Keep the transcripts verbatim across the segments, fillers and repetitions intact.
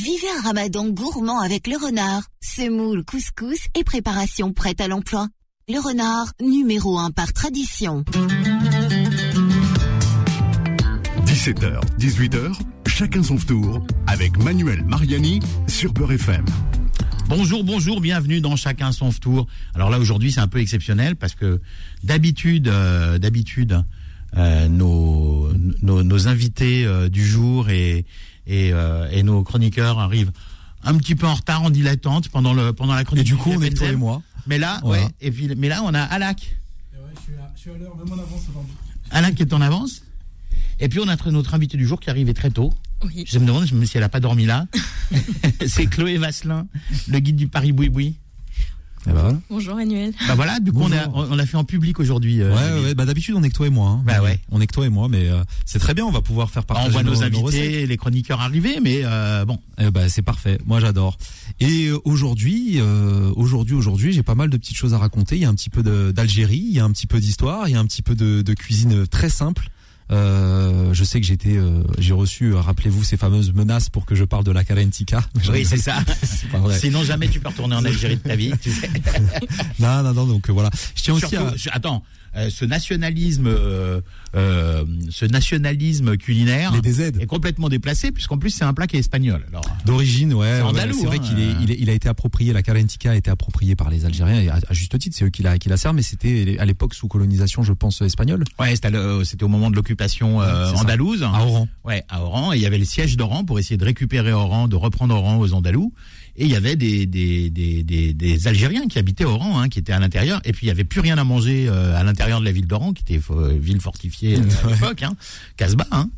Vivez un ramadan gourmand avec Le Renard. Semoule, couscous et préparation prête à l'emploi. Le Renard, numéro un par tradition. dix-sept heures, dix-huit heures, chacun son tour avec Manuel Mariani sur Beurre F M. Bonjour, bonjour, bienvenue dans Chacun son tour. Alors là aujourd'hui c'est un peu exceptionnel parce que d'habitude, euh, d'habitude euh, nos, nos nos invités euh, du jour et et, euh, et nos chroniqueurs arrivent un petit peu en retard, en dilettante pendant le pendant la chronique. Et du coup on est toi et moi. Mais là, voilà. ouais. Et puis mais là on a Alak. Et ouais, je suis à, je suis à l'heure, même en avance aujourd'hui. Alak qui est en avance. Et puis on a notre invité du jour qui est arrivé très tôt. Oui. Je me demande si elle n'a pas dormi là. C'est Chloé Vasselin, le guide du Paris Boui-Boui. Eh ben. Bonjour Manuel. Bah voilà, du coup on a, on l'a fait en public aujourd'hui. Euh, ouais, ouais, bah d'habitude on est que toi et moi. Hein. Bah ouais. On est que toi et moi, mais euh, c'est très bien, on va pouvoir faire partager. On voit nos, nos invités, nos recettes. Les chroniqueurs arrivés, mais euh, bon. Eh bah c'est parfait, moi j'adore. Et euh, aujourd'hui, euh, aujourd'hui, aujourd'hui, j'ai pas mal de petites choses à raconter. Il y a un petit peu de, d'Algérie, il y a un petit peu d'histoire, il y a un petit peu de, de cuisine très simple. Euh, je sais que j'étais, euh, j'ai reçu, euh, rappelez-vous, ces fameuses menaces pour que je parle de la Karentika. Oui, c'est ça. C'est pas vrai. Sinon, jamais tu peux retourner en Algérie de ta vie, tu sais. Non, non, non, donc euh, voilà. Je tiens Surtout, aussi à... Attends, euh, ce nationalisme, euh, euh, ce nationalisme culinaire Les D Z. est complètement déplacé, puisqu'en plus c'est un plat qui est espagnol. Alors, d'origine, ouais. c'est ouais, andalou, c'est vrai hein, qu'il est, il, est, il a été approprié, la Karentika a été appropriée par les Algériens, et à, à juste titre, c'est eux qui la, qui la servent, mais c'était à l'époque sous colonisation, je pense, espagnole. Ouais, c'était, le, c'était au moment de l'occupation euh, ouais, andalouse. À Oran. Ouais, à Oran. Et il y avait le siège d'Oran pour essayer de récupérer Oran, de reprendre Oran aux Andalous. Et il y avait des des des des, des Algériens qui habitaient Oran, hein, qui étaient à l'intérieur. Et puis il y avait plus rien à manger euh, à l'intérieur de la ville d'Oran, qui était euh, ville fortifiée euh, à l'époque, hein, Casbah. Hein.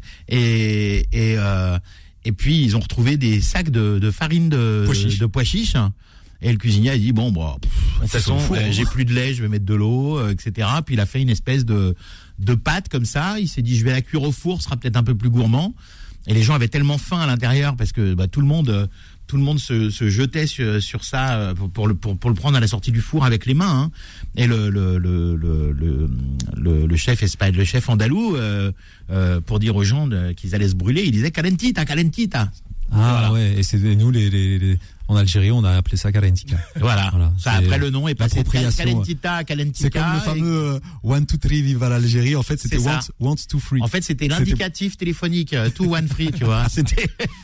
Et et euh, et puis ils ont retrouvé des sacs de, de farine de pois chiche. de pois chiches. Et le cuisinier a dit bon, bon, pff, de toute façon, euh, j'ai plus de lait, je vais mettre de l'eau, euh, et cetera. Puis il a fait une espèce de de pâte comme ça. Il s'est dit je vais la cuire au four, ce sera peut-être un peu plus gourmand. Et les gens avaient tellement faim à l'intérieur parce que bah, tout le monde tout le monde se, se jetait sur, sur ça pour, pour le pour, pour le prendre à la sortie du four avec les mains. Hein. Et le le le le le, le, le chef espagnol, le chef andalou, euh, euh, pour dire aux gens de, qu'ils allaient se brûler, il disait calentita, calentita. Ah voilà. Ouais, et c'est nous les, les, les en Algérie, on a appelé ça Karentika. Voilà. voilà. Ça, après le nom est passé Calentita, Kalentika. C'est comme le fameux et... one two three vive à l'Algérie. En fait, c'était want, want two free. En fait, c'était l'indicatif c'était... téléphonique two one free, tu vois. C'était.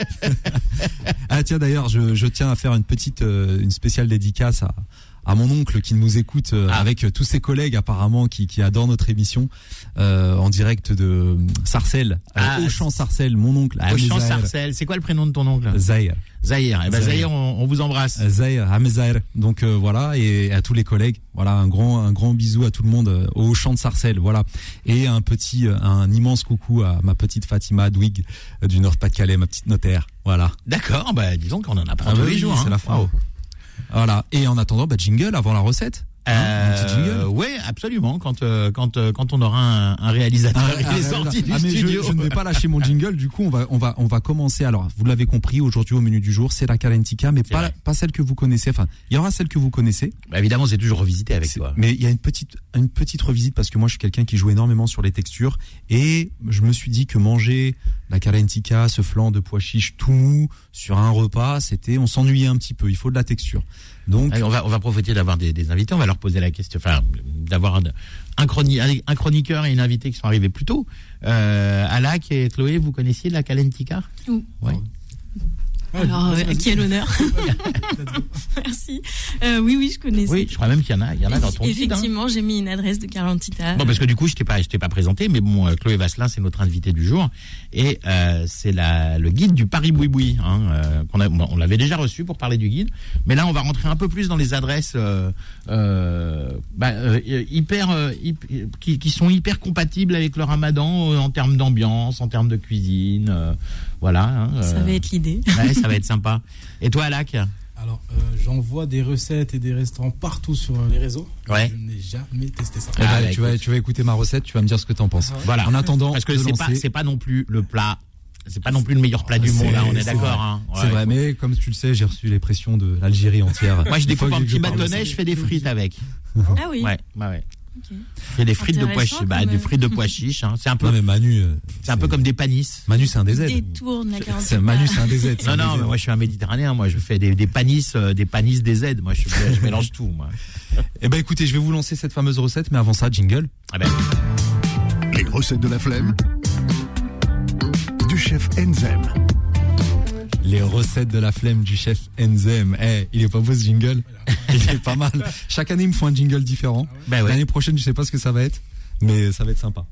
Ah tiens, d'ailleurs, je, je tiens à faire une petite, euh, une spéciale dédicace à. à mon oncle qui nous écoute euh, ah. avec tous ses collègues apparemment qui, qui adorent notre émission euh, en direct de Sarcelles, ah, euh, Auchan-Sarcelles, mon oncle. Auchan-Sarcelles, c'est quoi le prénom de ton oncle? Zahir. Zahir, eh ben Zahir, on, on vous embrasse. Zahir, Ahmed Donc euh, voilà, et à tous les collègues, voilà un grand un grand bisou à tout le monde euh, au Auchan de Sarcelles, voilà. Et un petit un immense coucou à ma petite Fatima Douig euh, du Nord-Pas-de-Calais, ma petite notaire. Voilà. D'accord, bah disons qu'on en apprend ah, tous bah, les oui, jours. C'est hein. la fin. Wow. Voilà. Et en attendant, bah, jingle avant la recette. Euh, ouais, absolument. Quand euh, quand euh, quand on aura un, un réalisateur ah, qui ah, est sorti du ah, mais studio. Je, je ne vais pas lâcher mon jingle. Du coup, on va on va on va commencer. Alors, vous l'avez compris, aujourd'hui au menu du jour, c'est la Karentika, mais c'est pas vrai. pas celle que vous connaissez. Enfin, il y aura celle que vous connaissez. Bah, évidemment, c'est toujours revisité avec c'est, toi. Mais il y a une petite une petite revisite parce que moi, je suis quelqu'un qui joue énormément sur les textures et je me suis dit que manger la Karentika, ce flan de pois chiches tout mou sur un repas, c'était on s'ennuyait un petit peu. Il faut de la texture. Donc, allez, on va on va profiter d'avoir des, des invités, on va leur poser la question, enfin d'avoir un, un, chroni, un chroniqueur et une invitée qui sont arrivés plus tôt. Euh, Alak et Chloé, vous connaissiez la Kalentika? Oui. Ouais. Alors, euh, qui a l'honneur? Merci. Euh, oui, oui, je connaissais. Oui, je crois même qu'il y en a, il y en a dans ton guide. Effectivement, hein. J'ai mis une adresse de Karentika. Bon, parce que du coup, je t'ai pas, je t'ai pas présenté, mais bon, Chloé Vasselin, c'est notre invitée du jour, et euh, c'est la, le guide du Paris Boui-Boui, hein, euh, qu'on a, on l'avait déjà reçu pour parler du guide, mais là, on va rentrer un peu plus dans les adresses euh, euh, bah, euh, hyper, euh, hyper qui, qui sont hyper compatibles avec le Ramadan euh, en termes d'ambiance, en termes de cuisine, euh, voilà. Hein, euh, ça va être l'idée. Ouais, ça va être sympa. Et toi, Alak? Alors, euh, j'en vois des recettes et des restaurants partout sur les réseaux. Ouais. Je n'ai jamais testé ça. Ah, bah, bah, tu vas, tu vas écouter ma recette, tu vas me dire ce que t'en penses. Ah ouais. Voilà. En attendant, parce que c'est lancer... pas, c'est pas non plus le plat. C'est pas non plus le meilleur plat du monde, là, on est, est d'accord. Hein. Ouais, c'est vrai, faut... mais comme tu le sais, j'ai reçu les pressions de l'Algérie entière. Moi, je découpe un petit bâtonnet, je fais des frites avec. Ah oui. Ouais, bah ouais. Okay. Il y a des frites de pois chiches, bah, des frites de pois chiches. Hein. C'est un peu. Non mais Manu, c'est un peu comme des panisses. Manu, c'est un D Z. Détourne la quarantaine. C'est, Manu, c'est un D Z. Non, non, mais moi je suis un méditerranéen. Moi je fais des, des panisses, euh, des panisses D Z. Moi je, je mélange tout. Moi. Eh ben écoutez, je vais vous lancer cette fameuse recette, mais avant ça, jingle. Ah ben. Les recettes de la flemme du chef Enzem. Les recettes de la flemme du chef Enzem. Eh, il est pas beau ce jingle? Il est pas mal. Chaque année, il me faut un jingle différent. Ben ouais. L'année prochaine, je sais pas ce que ça va être, mais ça va être sympa.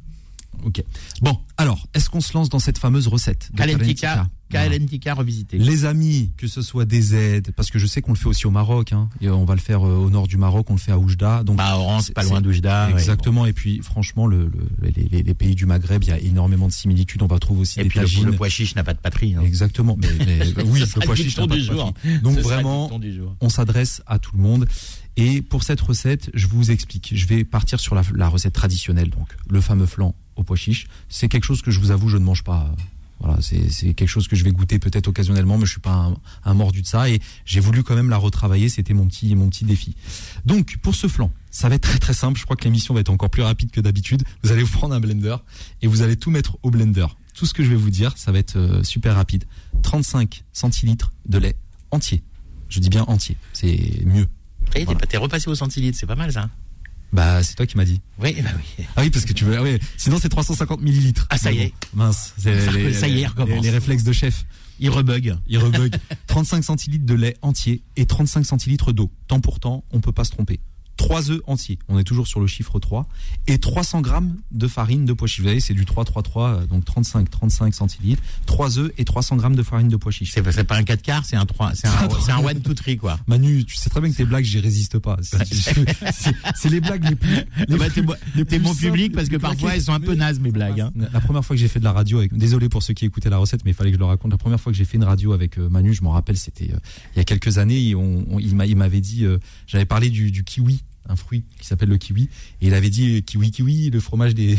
Ok. Bon, alors, est-ce qu'on se lance dans cette fameuse recette de Kalentika, Kalentika revisité. Les amis, que ce soit des aides, parce que je sais qu'on le fait aussi au Maroc, hein, et on va le faire euh, au nord du Maroc, on le fait à Oujda. Donc, bah, Oran, c'est pas loin d'Oujda. Exactement. Ouais, bon. Et puis, franchement, le, le, les, les, les pays du Maghreb, il y a énormément de similitudes. On va trouver aussi et des puis tagines. Le, le pois chiche n'a pas de patrie. Hein. Exactement. Mais, mais oui, le pois chiche n'a pas de jour. patrie. Donc vraiment, on s'adresse à tout le monde. Et pour cette recette, je vous explique. Je vais partir sur la, la recette traditionnelle, donc le fameux flan au pois chiche. C'est quelque chose que je vous avoue, je ne mange pas. Voilà, c'est, c'est quelque chose que je vais goûter peut-être occasionnellement, mais je suis pas un, un mordu de ça. Et j'ai voulu quand même la retravailler. C'était mon petit, mon petit défi. Donc pour ce flan, ça va être très très simple. Je crois que l'émission va être encore plus rapide que d'habitude. Vous allez vous prendre un blender et vous allez tout mettre au blender. Tout ce que je vais vous dire, ça va être euh, super rapide. trente-cinq centilitres de lait entier. Je dis bien entier. C'est mieux. Et Voilà. t'es, t'es repassé au centilitre, c'est pas mal ça. Bah, c'est toi qui m'as dit. Oui, bah oui. Ah oui, parce que tu veux. Ah oui, sinon c'est trois cent cinquante millilitres. Ah, ça y est. Mince. C'est les, Ça y est, recommence. les, les réflexes de chef. Il rebug. Il rebug. trente-cinq centilitres de lait entier et trente-cinq centilitres d'eau. Temps pour temps, on peut pas se tromper. trois œufs entiers. On est toujours sur le chiffre trois. Et trois cents grammes de farine de pois chiche. Vous voyez, c'est du trois trois trois, donc trente-cinq, trente-cinq centilitres. trois œufs et trois cents grammes de farine de pois chiche. C'est, c'est pas un quatre quarts, c'est un trois, c'est un, c'est un one two three, quoi. Manu, tu sais très bien que tes blagues, j'y résiste pas. C'est, c'est, c'est les blagues les plus, les bah, plus, t'es, bon, les t'es plus bon simples, public parce que les plus parfois claquées. elles sont un peu nazes, mes blagues. Hein. La première fois que j'ai fait de la radio avec, désolé pour ceux qui écoutaient la recette, mais il fallait que je le raconte. La première fois que j'ai fait une radio avec euh, Manu, je m'en rappelle, c'était euh, il y a quelques années. On, on, il, m'a, il m'avait dit, euh, j'avais parlé du, du kiwi, un fruit qui s'appelle le kiwi, et il avait dit kiwi kiwi, le fromage des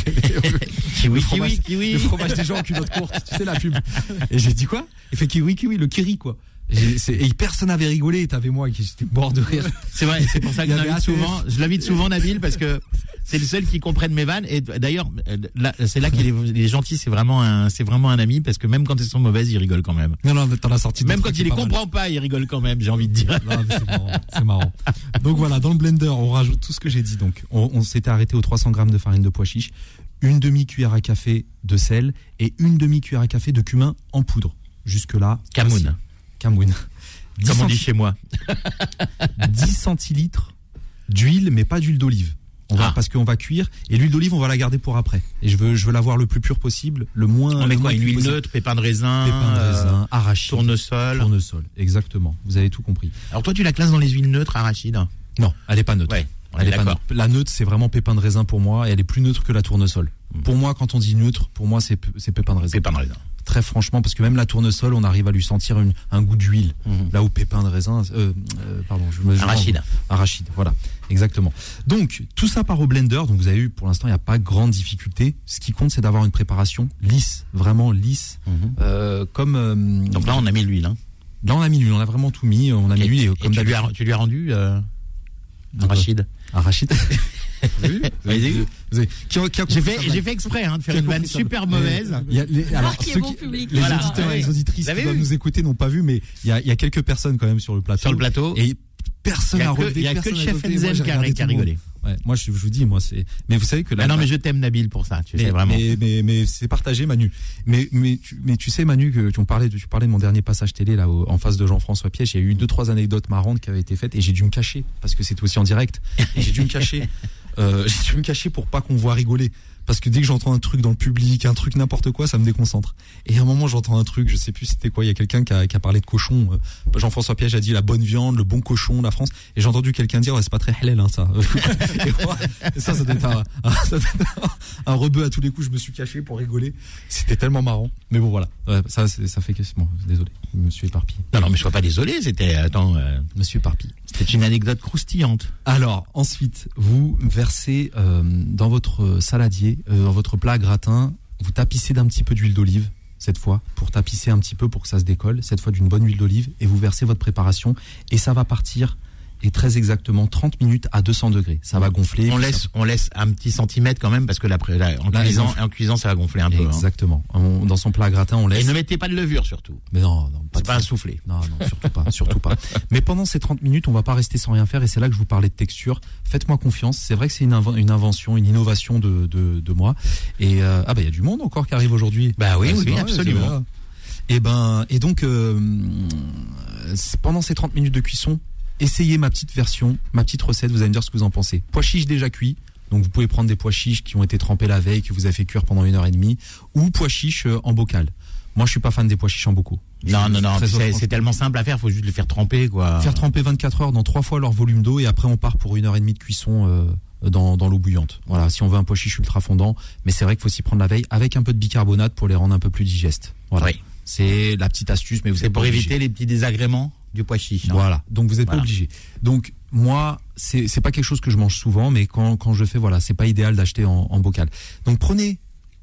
kiwi, le fromage, kiwi, kiwi. le fromage des gens en culotte courte, tu sais la pub. Et j'ai dit quoi? Il fait kiwi kiwi, le kiri quoi. J'ai, c'est, et personne n'avait rigolé, et t'avais moi qui j'étais mort de rire. C'est vrai, c'est pour ça que Il y je avait l'invite A T F. souvent, je l'invite souvent Nabil parce que c'est le seul qui comprenne mes vannes. Et d'ailleurs, là, c'est là qu'il est, il est gentil, c'est vraiment un, c'est vraiment un ami parce que même quand elles sont mauvaises, il rigole quand même. Non non, t'en as sorti. Même quand il les pas mal. comprend pas, il rigole quand même. J'ai envie de dire. Non, mais c'est marrant, c'est marrant. Donc voilà, dans le blender, on rajoute tout ce que j'ai dit. Donc, on, on s'était arrêté aux trois cents grammes de farine de pois chiche, une demi-cuillère à café de sel et une demi-cuillère à café de cumin en poudre. Jusque là. Camoun. Camoun. Comme on dit chez moi. dix centilitres d'huile, mais pas d'huile d'olive. On va, Ah. parce qu'on va cuire, et l'huile d'olive, on va la garder pour après. Et je veux, je veux l'avoir le plus pur possible, le moins. On met le quoi? moins Une pur huile possible. neutre, pépins de raisin, Pépins de euh, raisin, arachide. tournesol. Tournesol, exactement. Vous avez tout compris. Alors toi, tu la classes dans les huiles neutres, arachide. Non, elle est pas neutre. Ouais, on Elle est est pas d'accord. neutre. La neutre, c'est vraiment pépin de raisin pour moi, et elle est plus neutre que la tournesol. Mm. Pour moi, quand on dit neutre, pour moi, c'est, c'est pépin de raisin. Pépins de raisin. Très franchement, parce que même la tournesol, on arrive à lui sentir une, un goût d'huile. Mhm. Là où pépin de raisin, euh, euh, pardon, je me. je- Arachide. Arachide, voilà, exactement. Donc tout ça part au blender. Donc vous avez vu, pour l'instant, il n'y a pas grande difficulté. Ce qui compte, c'est d'avoir une préparation lisse, vraiment lisse, Mhm. euh, comme. euh, Donc là, on a mis l'huile. Hein. là, on a mis l'huile, on a j'ai tout mis, on a mis Et- l'huile, et et comme tu lui, d'habitude. as, tu lui as rendu euh, arachide. Arachide. Vous avez vu Vous avez vu Vous avez- qui a- qui a J'ai compris fait, ça, j'ai Mike fait exprès hein, de faire Qui a une vanne compris ça, super Mike mauvaise. Il y a les, alors, qui est ceux bon qui- public. les Voilà. auditeurs et les Ouais. auditrices Vous qui avez doivent vu nous écouter n'ont pas vu, mais il y a, il y a quelques personnes quand même sur le plateau. Sur le plateau. Et personne Il y n'a a que, relevé. il y a que personne le n'a chef noté. Moi, Enzem j'ai qui a, regardé qui a tout le monde. rigolé. Ouais, moi, je, je vous dis, moi, c'est. Mais vous savez que là. Ah non, mais je t'aime Nabil pour ça, tu mais, sais vraiment. mais, mais, mais c'est partagé, Manu. Mais, mais, tu, mais tu sais, Manu, que tu, parlais de, tu parlais de mon dernier passage télé, là, au- en face de Jean-François Piège. Il y a eu deux, trois anecdotes marrantes qui avaient été faites et j'ai dû me cacher, parce que c'était aussi en direct. Et j'ai dû me cacher. Euh, j'ai dû me cacher pour pas qu'on voit rigoler. Parce que dès que j'entends un truc dans le public, un truc n'importe quoi, ça me déconcentre. Et à un moment, j'entends un truc, je sais plus c'était quoi, il y a quelqu'un qui a, qui a parlé de cochon. Euh, Jean-François Piège a dit la bonne viande, le bon cochon, la France. Et j'ai entendu quelqu'un dire, ouais, c'est pas très halal, hein, ça. et, moi, et ça, ça doit être un, un, ça doit être un, un rebeu à tous les coups. Je me suis caché pour rigoler. C'était tellement marrant. Mais bon, voilà. Ouais, ça, c'est, ça fait que, bon, désolé. Je me suis éparpillé. Non, non, mais sois pas désolé, c'était, attends, euh, Je me suis éparpillé. c'était une anecdote croustillante. Alors, ensuite, vous versez euh, dans votre saladier, euh, dans votre plat gratin, vous tapissez d'un petit peu d'huile d'olive, cette fois, pour tapisser un petit peu pour que ça se décolle, cette fois d'une bonne huile d'olive, et vous versez votre préparation, et ça va partir et très exactement trente minutes à deux cents degrés. Ça va gonfler. On laisse, ça... on laisse un petit centimètre quand même parce que la, la, en, là, cuisant, en cuisant, ça va gonfler un peu. Exactement. Hein. On, dans son plat à gratin, on laisse. Et ne mettez pas de levure surtout. Mais non, non, pas, c'est pas un soufflé. Non, non, surtout pas, surtout pas. Mais pendant ces trente minutes, on va pas rester sans rien faire et c'est là que je vous parlais de texture. Faites-moi confiance. C'est vrai que c'est une, inv- une invention, une innovation de, de, de moi. Et euh, ah bah il y a du monde encore qui arrive aujourd'hui. Bah oui, ah, oui, vrai, absolument. Et ben et donc euh, pendant ces trente minutes de cuisson, essayez ma petite version, ma petite recette. Vous allez me dire ce que vous en pensez. Pois chiches déjà cuits. Donc vous pouvez prendre des pois chiches qui ont été trempés la veille, que vous avez fait cuire pendant une heure et demie, ou pois chiches en bocal. Moi, je suis pas fan des pois chiches en bocaux. Non, non, non, c'est, c'est tellement simple à faire, faut juste les faire tremper, quoi. Faire tremper vingt-quatre heures dans trois fois leur volume d'eau et après on part pour une heure et demie de cuisson euh, dans, dans l'eau bouillante. Voilà, si on veut un pois chiche ultra fondant, mais c'est vrai qu'il faut s'y prendre la veille avec un peu de bicarbonate pour les rendre un peu plus digestes. Voilà. Oui. C'est la petite astuce, mais vous c'est êtes pour éviter obligé. Les petits désagréments du pois chiche. Hein. Voilà, donc vous êtes voilà. pas obligé. Donc moi, c'est c'est pas quelque chose que je mange souvent, mais quand quand je fais, voilà, c'est pas idéal d'acheter en, en bocal. Donc prenez.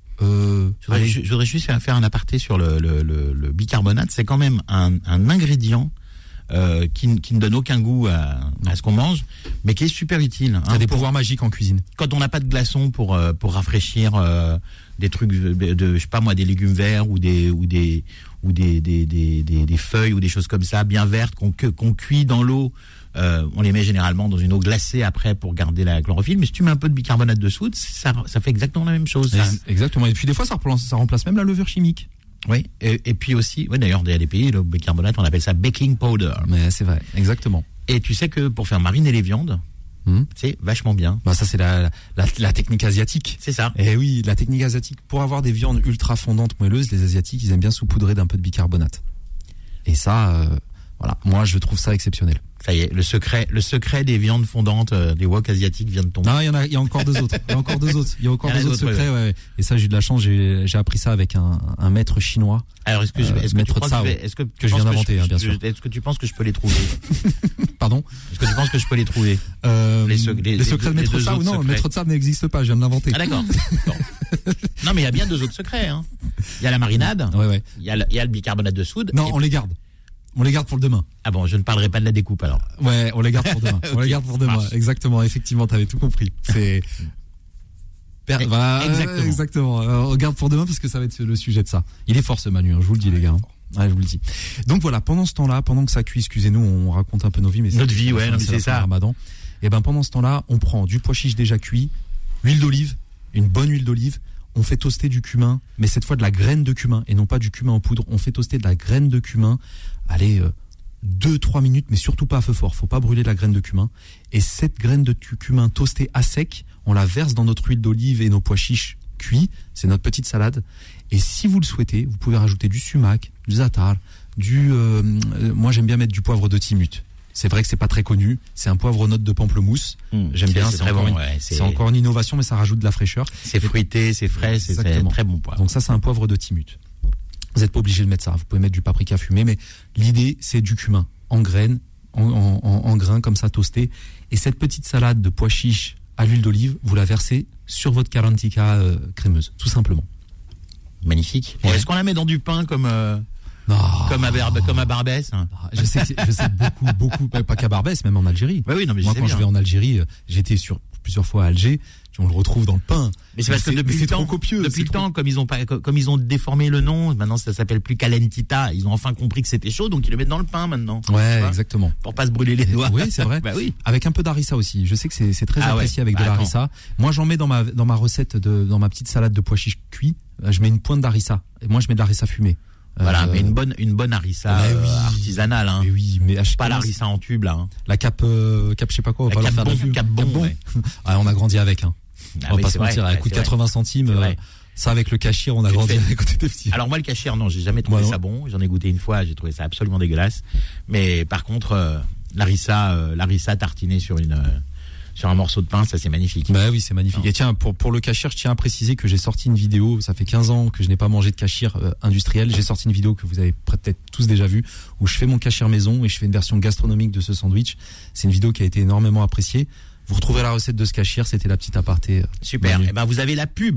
Euh, je, voudrais, je, je voudrais juste faire un aparté sur le, le, le, le bicarbonate. C'est quand même un, un ingrédient euh, qui, qui ne donne aucun goût à, à ce qu'on mange, mais qui est super utile. Hein, il y a des pour, pouvoirs magiques en cuisine. Quand on n'a pas de glaçons pour euh, pour rafraîchir euh, des trucs de, de je sais pas moi des légumes verts ou des ou des ou des des des, des, des feuilles ou des choses comme ça bien vertes qu'on qu'on cuit dans l'eau. Euh, on les met généralement dans une eau glacée après pour garder la chlorophylle, mais si tu mets un peu de bicarbonate de soude, ça, ça fait exactement la même chose. Ça. Exactement. Et puis des fois, ça remplace, ça remplace même la levure chimique. Oui. Et, et puis aussi, ouais, d'ailleurs, il y a des pays, le bicarbonate, on appelle ça baking powder. Mais c'est vrai, exactement. Et tu sais que pour faire mariner les viandes, mmh. c'est vachement bien. Bah ça, c'est la, la, la technique asiatique. C'est ça. Et oui, la technique asiatique. Pour avoir des viandes ultra fondantes, moelleuses, les Asiatiques, ils aiment bien saupoudrer d'un peu de bicarbonate. Et ça, euh, voilà, moi, je trouve ça exceptionnel. Ça y est, le secret, le secret des viandes fondantes, euh, des wok asiatiques vient de tomber. Non, il y en a, il y a encore deux autres. Il y a encore deux autres. Il y a encore deux autres secrets, ouais. ouais. Et ça, j'ai eu de la chance. J'ai, j'ai appris ça avec un, un maître chinois. Alors, est-ce que je, est-ce que tu crois que, est-ce que, que je viens d'inventer, que je, hein, bien sûr. Est-ce que tu penses que je peux les trouver? Pardon? Est-ce que tu penses que je peux les trouver? Euh, les, sec- les, les secrets de Maître Tsar ou non? Maître Tsar n'existe pas. Je viens de l'inventer. Ah d'accord. Bon. Non, mais il y a bien deux autres secrets. Hein. Il y a la marinade. Ouais, ouais. Il y a le, il y a le bicarbonate de soude. Non, on les garde. On les garde pour le demain. Ah bon, je ne parlerai pas de la découpe alors. Ouais, on les garde pour demain. okay, on les garde pour demain. Marche. Exactement, effectivement, t'avais tout compris. C'est per... voilà, exactement. exactement. Euh, on garde pour demain parce que ça va être le sujet de ça. Il est fort ce Manu, hein, je vous le dis les gars. Hein. Ouais, je vous le dis. Donc voilà, pendant ce temps-là, pendant que ça cuit, excusez-nous, on raconte un peu nos vies, mais notre vie, ouais, fin, non, mais c'est, c'est ça. Ramadan. Et ben pendant ce temps-là, on prend du pois chiche déjà cuit, huile d'olive, une bonne huile d'olive. On fait toaster du cumin, mais cette fois de la graine de cumin et non pas du cumin en poudre. On fait toaster de la graine de cumin. Allez, euh, deux trois minutes, mais surtout pas à feu fort. Faut pas brûler la graine de cumin. Et cette graine de cumin toastée à sec, on la verse dans notre huile d'olive et nos pois chiches cuits. C'est notre petite salade. Et si vous le souhaitez, vous pouvez rajouter du sumac, du za'atar, du. Euh, euh, moi, j'aime bien mettre du poivre de Timut. C'est vrai que c'est pas très connu. C'est un poivre aux notes de pamplemousse. Mmh, J'aime c'est, bien. C'est, c'est, très encore bon, une, ouais, c'est... c'est encore une innovation, mais ça rajoute de la fraîcheur. C'est fruité, c'est frais, c'est, c'est très bon poivre. Donc ça, c'est un poivre de Timut. Vous n'êtes pas obligé de mettre ça. Vous pouvez mettre du paprika fumé, mais l'idée, c'est du cumin en graines, en, en, en, en grains comme ça toasté. Et cette petite salade de pois chiches à l'huile d'olive, vous la versez sur votre karantika euh, crémeuse, tout simplement. Magnifique. Ouais. Est-ce qu'on la met dans du pain comme euh, non. comme à Ber- comme à Barbès? Hein. Je sais, je sais beaucoup, beaucoup, pas qu'à Barbès, même en Algérie. Bah oui, non, mais moi, je quand bien. je vais en Algérie, j'étais sur plusieurs fois à Alger. On le retrouve dans le pain. Mais c'est parce que depuis le temps, copieux, depuis le trop... temps, comme ils ont pas, comme ils ont déformé le nom, maintenant ça s'appelle plus calentita. Ils ont enfin compris que c'était chaud, donc ils le mettent dans le pain maintenant. Ouais, exactement. Pour pas se brûler les doigts. Oui, c'est vrai. Bah oui. Avec un peu d'harissa aussi. Je sais que c'est, c'est très ah apprécié ouais. avec bah, de l'harissa. Attends. Moi, j'en mets dans ma dans ma recette de dans ma petite salade de pois chiches cuits. Je mets une pointe d'harissa. Et moi, je mets de l'harissa fumé. Voilà, euh... mais une bonne une bonne harissa bah, oui. euh, artisanale. Hein. Mais oui, mais pas l'harissa en tube là. Hein. La cape euh, cape, je sais pas quoi. On va la pas cap leur bon, faire de cap bon. bon. Ouais. Ah, on a grandi avec. Hein. Ah on va oui, pas se mentir, vrai, à coût de quatre-vingts centimes, euh, ça avec le cachir, on a tu grandi fais... avec quand t'étais petit. Alors moi le cachir, non, j'ai jamais trouvé moi, ça bon. J'en ai goûté une fois, j'ai trouvé ça absolument dégueulasse. Mais par contre, euh, l'arissa, euh, l'arissa tartinée sur une, euh, sur un morceau de pain, ça c'est magnifique. Bah oui, c'est magnifique. Non. Et tiens, pour pour le cachir, je tiens à préciser que j'ai sorti une vidéo. Ça fait quinze ans que je n'ai pas mangé de cachir euh, industriel. J'ai sorti une vidéo que vous avez peut-être tous déjà vue, où je fais mon cachir maison et je fais une version gastronomique de ce sandwich. C'est une vidéo qui a été énormément appréciée. Vous retrouvez la recette de ce cachir, c'était la petite aparté. Super. Et eh ben vous avez la pub là.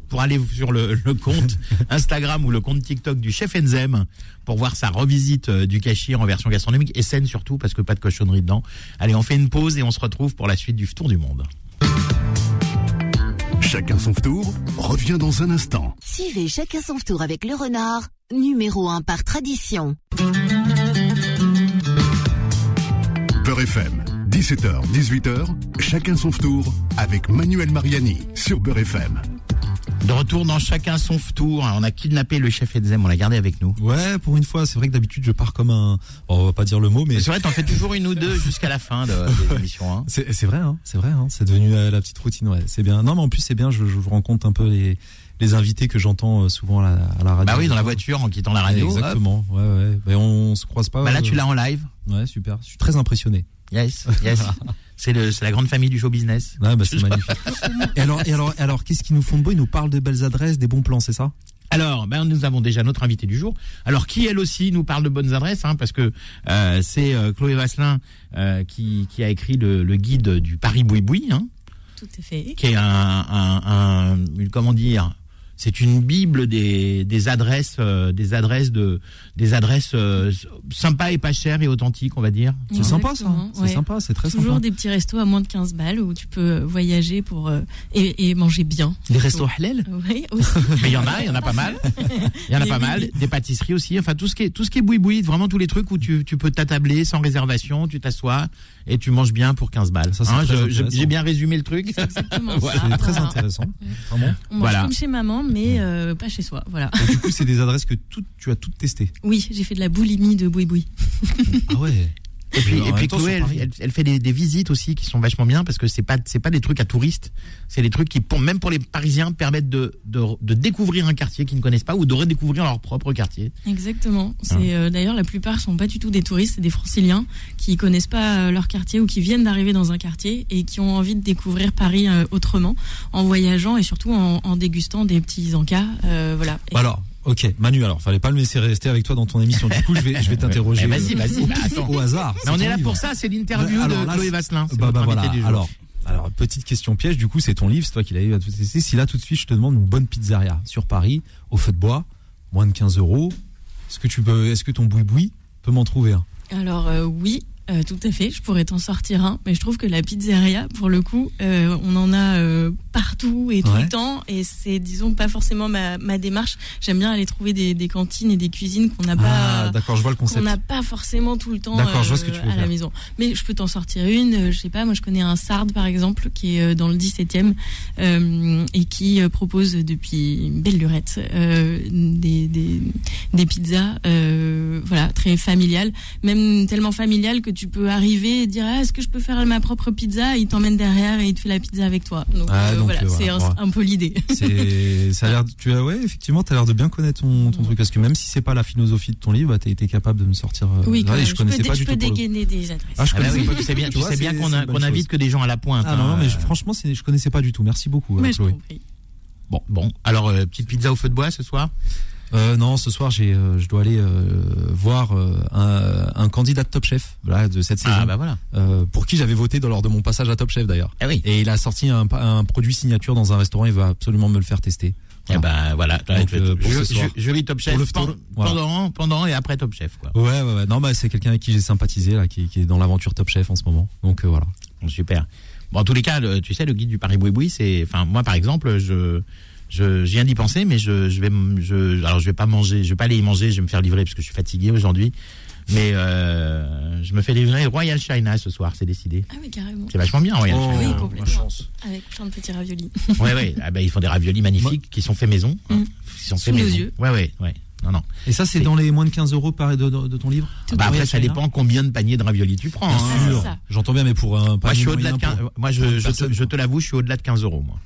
pour aller sur le, le compte Instagram ou le compte TikTok du chef Enzem pour voir sa revisite euh, du Cachir en version gastronomique et saine surtout parce que pas de cochonnerie dedans. Allez, on fait une pause et on se retrouve pour la suite du tour du monde. Chacun son tour revient dans un instant. Suivez Chacun son tour avec le renard, numéro un par tradition. Beurre F M, dix-sept heures, dix-huit heures, chacun son tour avec Manuel Mariani sur Beurre F M. De retour dans Chacun son tour, on a kidnappé le chef Enzem, on l'a gardé avec nous. Ouais, pour une fois, c'est vrai que d'habitude je pars comme un, bon, on va pas dire le mot, mais c'est vrai, t'en fais toujours une ou deux jusqu'à la fin de, de l'émission. Hein. C'est, c'est vrai, hein, c'est vrai, hein, c'est devenu la, la petite routine, ouais, c'est bien. Non, mais en plus c'est bien, je, je vous rencontre un peu les, les invités que j'entends souvent à la, à la radio. Bah oui, dans la voiture en quittant la radio. Exactement, hop. ouais, ouais. Mais on se croise pas. Bah là, euh... tu l'as en live. Ouais, super. Je suis très impressionné. Yes, yes. C'est le, c'est la grande famille du show business. Ouais, bah c'est magnifique. Et alors, et alors, alors, qu'est-ce qu'ils nous font de beau? Ils nous parlent de belles adresses, des bons plans, c'est ça? Alors, ben nous avons déjà notre invité du jour. Alors, qui elle aussi nous parle de bonnes adresses, hein, parce que euh, c'est euh, Chloé Vasselin euh, qui, qui a écrit le, le guide du Paris Boui-Boui, hein, tout à fait. Qui est un, un, un une, comment dire, c'est une bible des, des adresses, euh, des adresses de, des adresses euh, sympas et pas chères et authentiques, on va dire. C'est Exactement, sympa ça. C'est ouais. sympa, c'est très Toujours sympa. des petits restos à moins de quinze balles où tu peux voyager pour euh, et, et manger bien. Des restos halal. Oui, aussi. Mais il y en a, il y en a pas mal. Il y en a Des pas oui, mal. oui. Des pâtisseries aussi. Enfin, tout ce qui est, tout ce qui est boui-boui, vraiment tous les trucs où tu, tu peux t'attabler sans réservation, tu t'assois et tu manges bien pour quinze balles. Ça, c'est Hein, très je- je- intéressant. j'ai bien résumé le truc. C'est exactement Voilà. ça. C'est très Voilà. intéressant. Vraiment. On mange Voilà. comme chez maman, mais euh, pas chez soi. Voilà. Et du coup, c'est des adresses que tout, tu as toutes testées. Oui, j'ai fait de la boulimie de boui-boui. Ah ouais. Et puis, En et même puis temps, Chloé, sur elle, Paris. elle, elle fait des, des visites aussi qui sont vachement bien parce que c'est pas, c'est pas des trucs à touristes. C'est des trucs qui, pour, même pour les Parisiens, permettent de, de, de découvrir un quartier qu'ils ne connaissent pas ou de redécouvrir leur propre quartier. Exactement. C'est euh, d'ailleurs la plupart sont pas du tout des touristes, c'est des Franciliens qui connaissent pas euh, leur quartier ou qui viennent d'arriver dans un quartier et qui ont envie de découvrir Paris euh, autrement, en voyageant et surtout en, en dégustant des petits encas. Euh, voilà. Et- Bah alors, ok, Manu, alors, fallait pas le laisser rester avec toi dans ton émission. Du coup, je vais, je vais t'interroger. Eh, vas-y, euh, vas-y, au- bah, attends. Au hasard. Mais on C'est est ton là livre. pour ça, c'est l'interview Alors de là, Chloé c'est- Vasselin. C'est Bah, notre bah invité voilà. du jour. Alors, alors, petite question piège, du coup, c'est ton livre, c'est toi qui l'as eu à tout tester. Si là, tout de suite, je te demande une bonne pizzeria sur Paris, au feu de bois, moins de quinze euros. Est-ce que tu peux, est-ce que ton boui-boui peut m'en trouver un? Alors euh, oui, euh, tout à fait, je pourrais t'en sortir un, mais je trouve que la pizzeria, pour le coup, euh, on en a euh, partout et tout Ouais. le temps, et c'est, disons, pas forcément ma, ma démarche. J'aime bien aller trouver des, des cantines et des cuisines qu'on n'a Ah, pas, d'accord, je vois le qu'on concept. n'a pas forcément tout le temps D'accord, je vois ce que tu veux à la faire. maison. Mais je peux t'en sortir une. euh, Je sais pas, moi je connais un Sardes par exemple qui est euh, dans le dix-septième euh, et qui euh, propose depuis une belle lurette euh, des, des des pizzas, euh, voilà, très familiales, même tellement familiales que tu peux arriver et dire ah, est-ce que je peux faire ma propre pizza, il t'emmène derrière et il te fait la pizza avec toi. Donc, Ah, euh, donc, voilà, euh, c'est voilà, un, ouais. un peu l'idée. C'est, ça a l'air, tu as, ouais, effectivement, t'as l'air de bien connaître ton, ton truc, parce que même si c'est pas la philosophie de ton livre, bah, t'as été capable de me sortir. euh, Oui, quand ouais, même. je connaissais peux, pas je du peux tout. pour le coup. dégainer des adresses. Ah, je Ah bah connaissais oui, pas tu du sais tout. bien, Tu tu vois, sais bien c'est- qu'on c'est a- une bonne qu'on invite chose. que des gens à la pointe. Ah non, non, hein, mais je- euh, franchement, c'est, je connaissais pas du tout. Merci beaucoup, euh, Mais je Chloé. t'en prie. Bon, bon. Alors, euh, petite pizza au feu de bois ce soir. Euh, non, ce soir, j'ai, euh, je dois aller euh, voir euh, un, un candidat de Top Chef, voilà, de cette saison, Ah bah voilà. euh, pour qui j'avais voté dans- lors de mon passage à Top Chef d'ailleurs. Ah oui. Et il a sorti un, un produit signature dans un restaurant. Il va absolument me le faire tester. Eh ben voilà. Donc, euh, pour ce Ju- soir. ju- Jury Top Chef Pour le pen- tour, voilà. pendant, pendant et après Top Chef quoi. Ouais, ouais, ouais. Non, bah c'est quelqu'un avec qui j'ai sympathisé là, qui, qui est dans l'aventure Top Chef en ce moment. Donc euh, voilà. Bon, super. Bon, en tous les cas, le- tu sais, le guide du Paris Boui-Boui, c'est, enfin, moi, par exemple, je, je, je viens d'y penser, mais je, je vais, m- je, alors, je vais pas manger, je vais pas aller y manger, je vais me faire livrer parce que je suis fatigué aujourd'hui. Mais, euh, je me fais livrer Royal China ce soir, c'est décidé. Ah oui, carrément. C'est vachement bien, Royal Oh, Oui, China. complètement. la chance. Avec plein de petits raviolis. Ouais, ouais. Ah, ben, ils font des raviolis magnifiques qui sont faits maison. hein. Mm. Qui sont Sous faits nos maison. yeux. Ouais, ouais, ouais. Non, non. Et ça, c'est C'est- dans les moins de quinze euros par de, de, de ton livre. Ah bah, après, Royal ça China. dépend combien de paniers de raviolis tu prends. Bien hein. Ah, sûr. c'est ça. J'entends bien, mais pour un Moi, panier je suis au-delà de moyen, quinze, pour- moi, je, pour une je, te, personne. je te l'avoue, je suis au-delà de quinze euros, moi.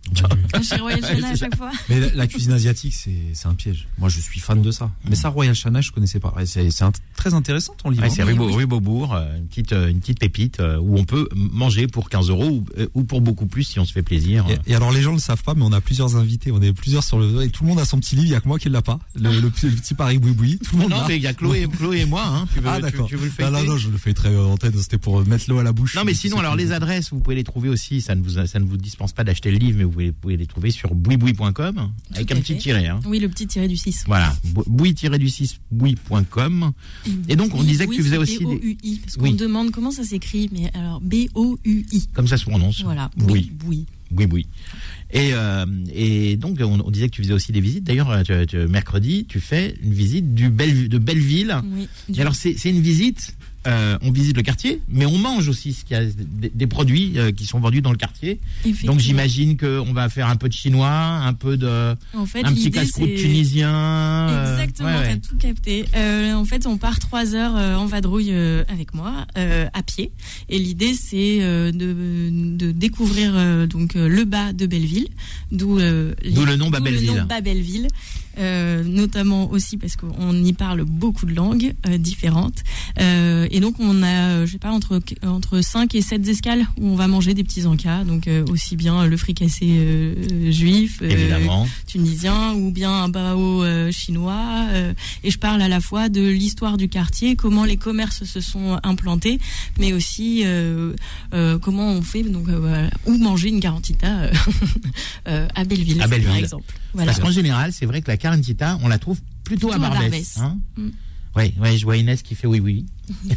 Chez Royal Chana à chaque fois. Mais la, la cuisine asiatique, c'est, c'est un piège. Moi, je suis fan de ça. Mais ça, Royal Chana, je connaissais pas. Ouais, c'est, c'est un- très intéressant ton livre. Ouais, hein. c'est Oui, rue, Beau- oui. rue Beaubourg, euh, une petite, euh, une petite pépite euh, où on peut manger pour quinze euros ou, euh, ou pour beaucoup plus si on se fait plaisir. Et, et alors les gens le savent pas, mais on a plusieurs invités, on est plusieurs sur le et tout le monde a son petit livre, il y a que moi qui l'a pas. Le, le, petit- le petit Paris Boui-Boui, tout le monde Non, l'a. mais il y a Chloé, Chloé et moi. Hein. Tu veux, Ah tu- d'accord. Tu, veux le non, feuilleter non, non, je le fais très en tête, c'était pour mettre l'eau à la bouche. Non, mais sinon, alors les adresses, vous pouvez les trouver aussi. Ça ne vous, ça ne vous dispense pas d'acheter le livre, mais vous pouvez, vous pouvez les trouver sur bouiboui point com avec un petit tiret. Hein. Oui, le petit tiret du six. Voilà, boui-du-six boui point com. Et donc, on oui, disait que oui, tu faisais c'est aussi B O U I, parce qu'on oui. demande comment ça s'écrit, mais alors B O U I. Comme ça se prononce. Voilà, oui. Oui, oui, oui. Et, euh, et donc, on, on disait que tu faisais aussi des visites. D'ailleurs, tu, tu, mercredi, tu fais une visite du Belle, de Belleville. Oui. Et alors, c'est, c'est une visite... Euh, on visite le quartier, mais on mange aussi ce qu'il y a des, des produits euh, qui sont vendus dans le quartier. Donc j'imagine qu'on va faire un peu de chinois, un peu de, en fait, un petit casse-croûte c'est... tunisien. Exactement, euh, ouais, t'as ouais. tout capté. Euh, en fait, on part trois heures euh, en vadrouille euh, avec moi, euh, à pied. Et l'idée, c'est euh, de, de découvrir euh, donc euh, le bas de Belleville, d'où, euh, d'où le nom Bas Belleville. Le nom Bas Belleville. Euh, notamment aussi parce qu'on y parle beaucoup de langues euh, différentes euh, et donc on a je sais pas entre entre cinq et sept escales où on va manger des petits encas, donc euh, aussi bien le fricassé euh, juif euh, évidemment tunisien ou bien un bao euh, chinois euh, et je parle à la fois de l'histoire du quartier, comment les commerces se sont implantés, mais aussi euh, euh, comment on fait donc euh, voilà, où manger une carantita euh, euh, à Belleville, à Belleville par exemple. Voilà. Parce qu'en général, c'est vrai que la carantita, on la trouve plutôt, plutôt à Barbès. À Barbès. Hein mm. Ouais, ouais, je vois Inès qui fait oui, oui.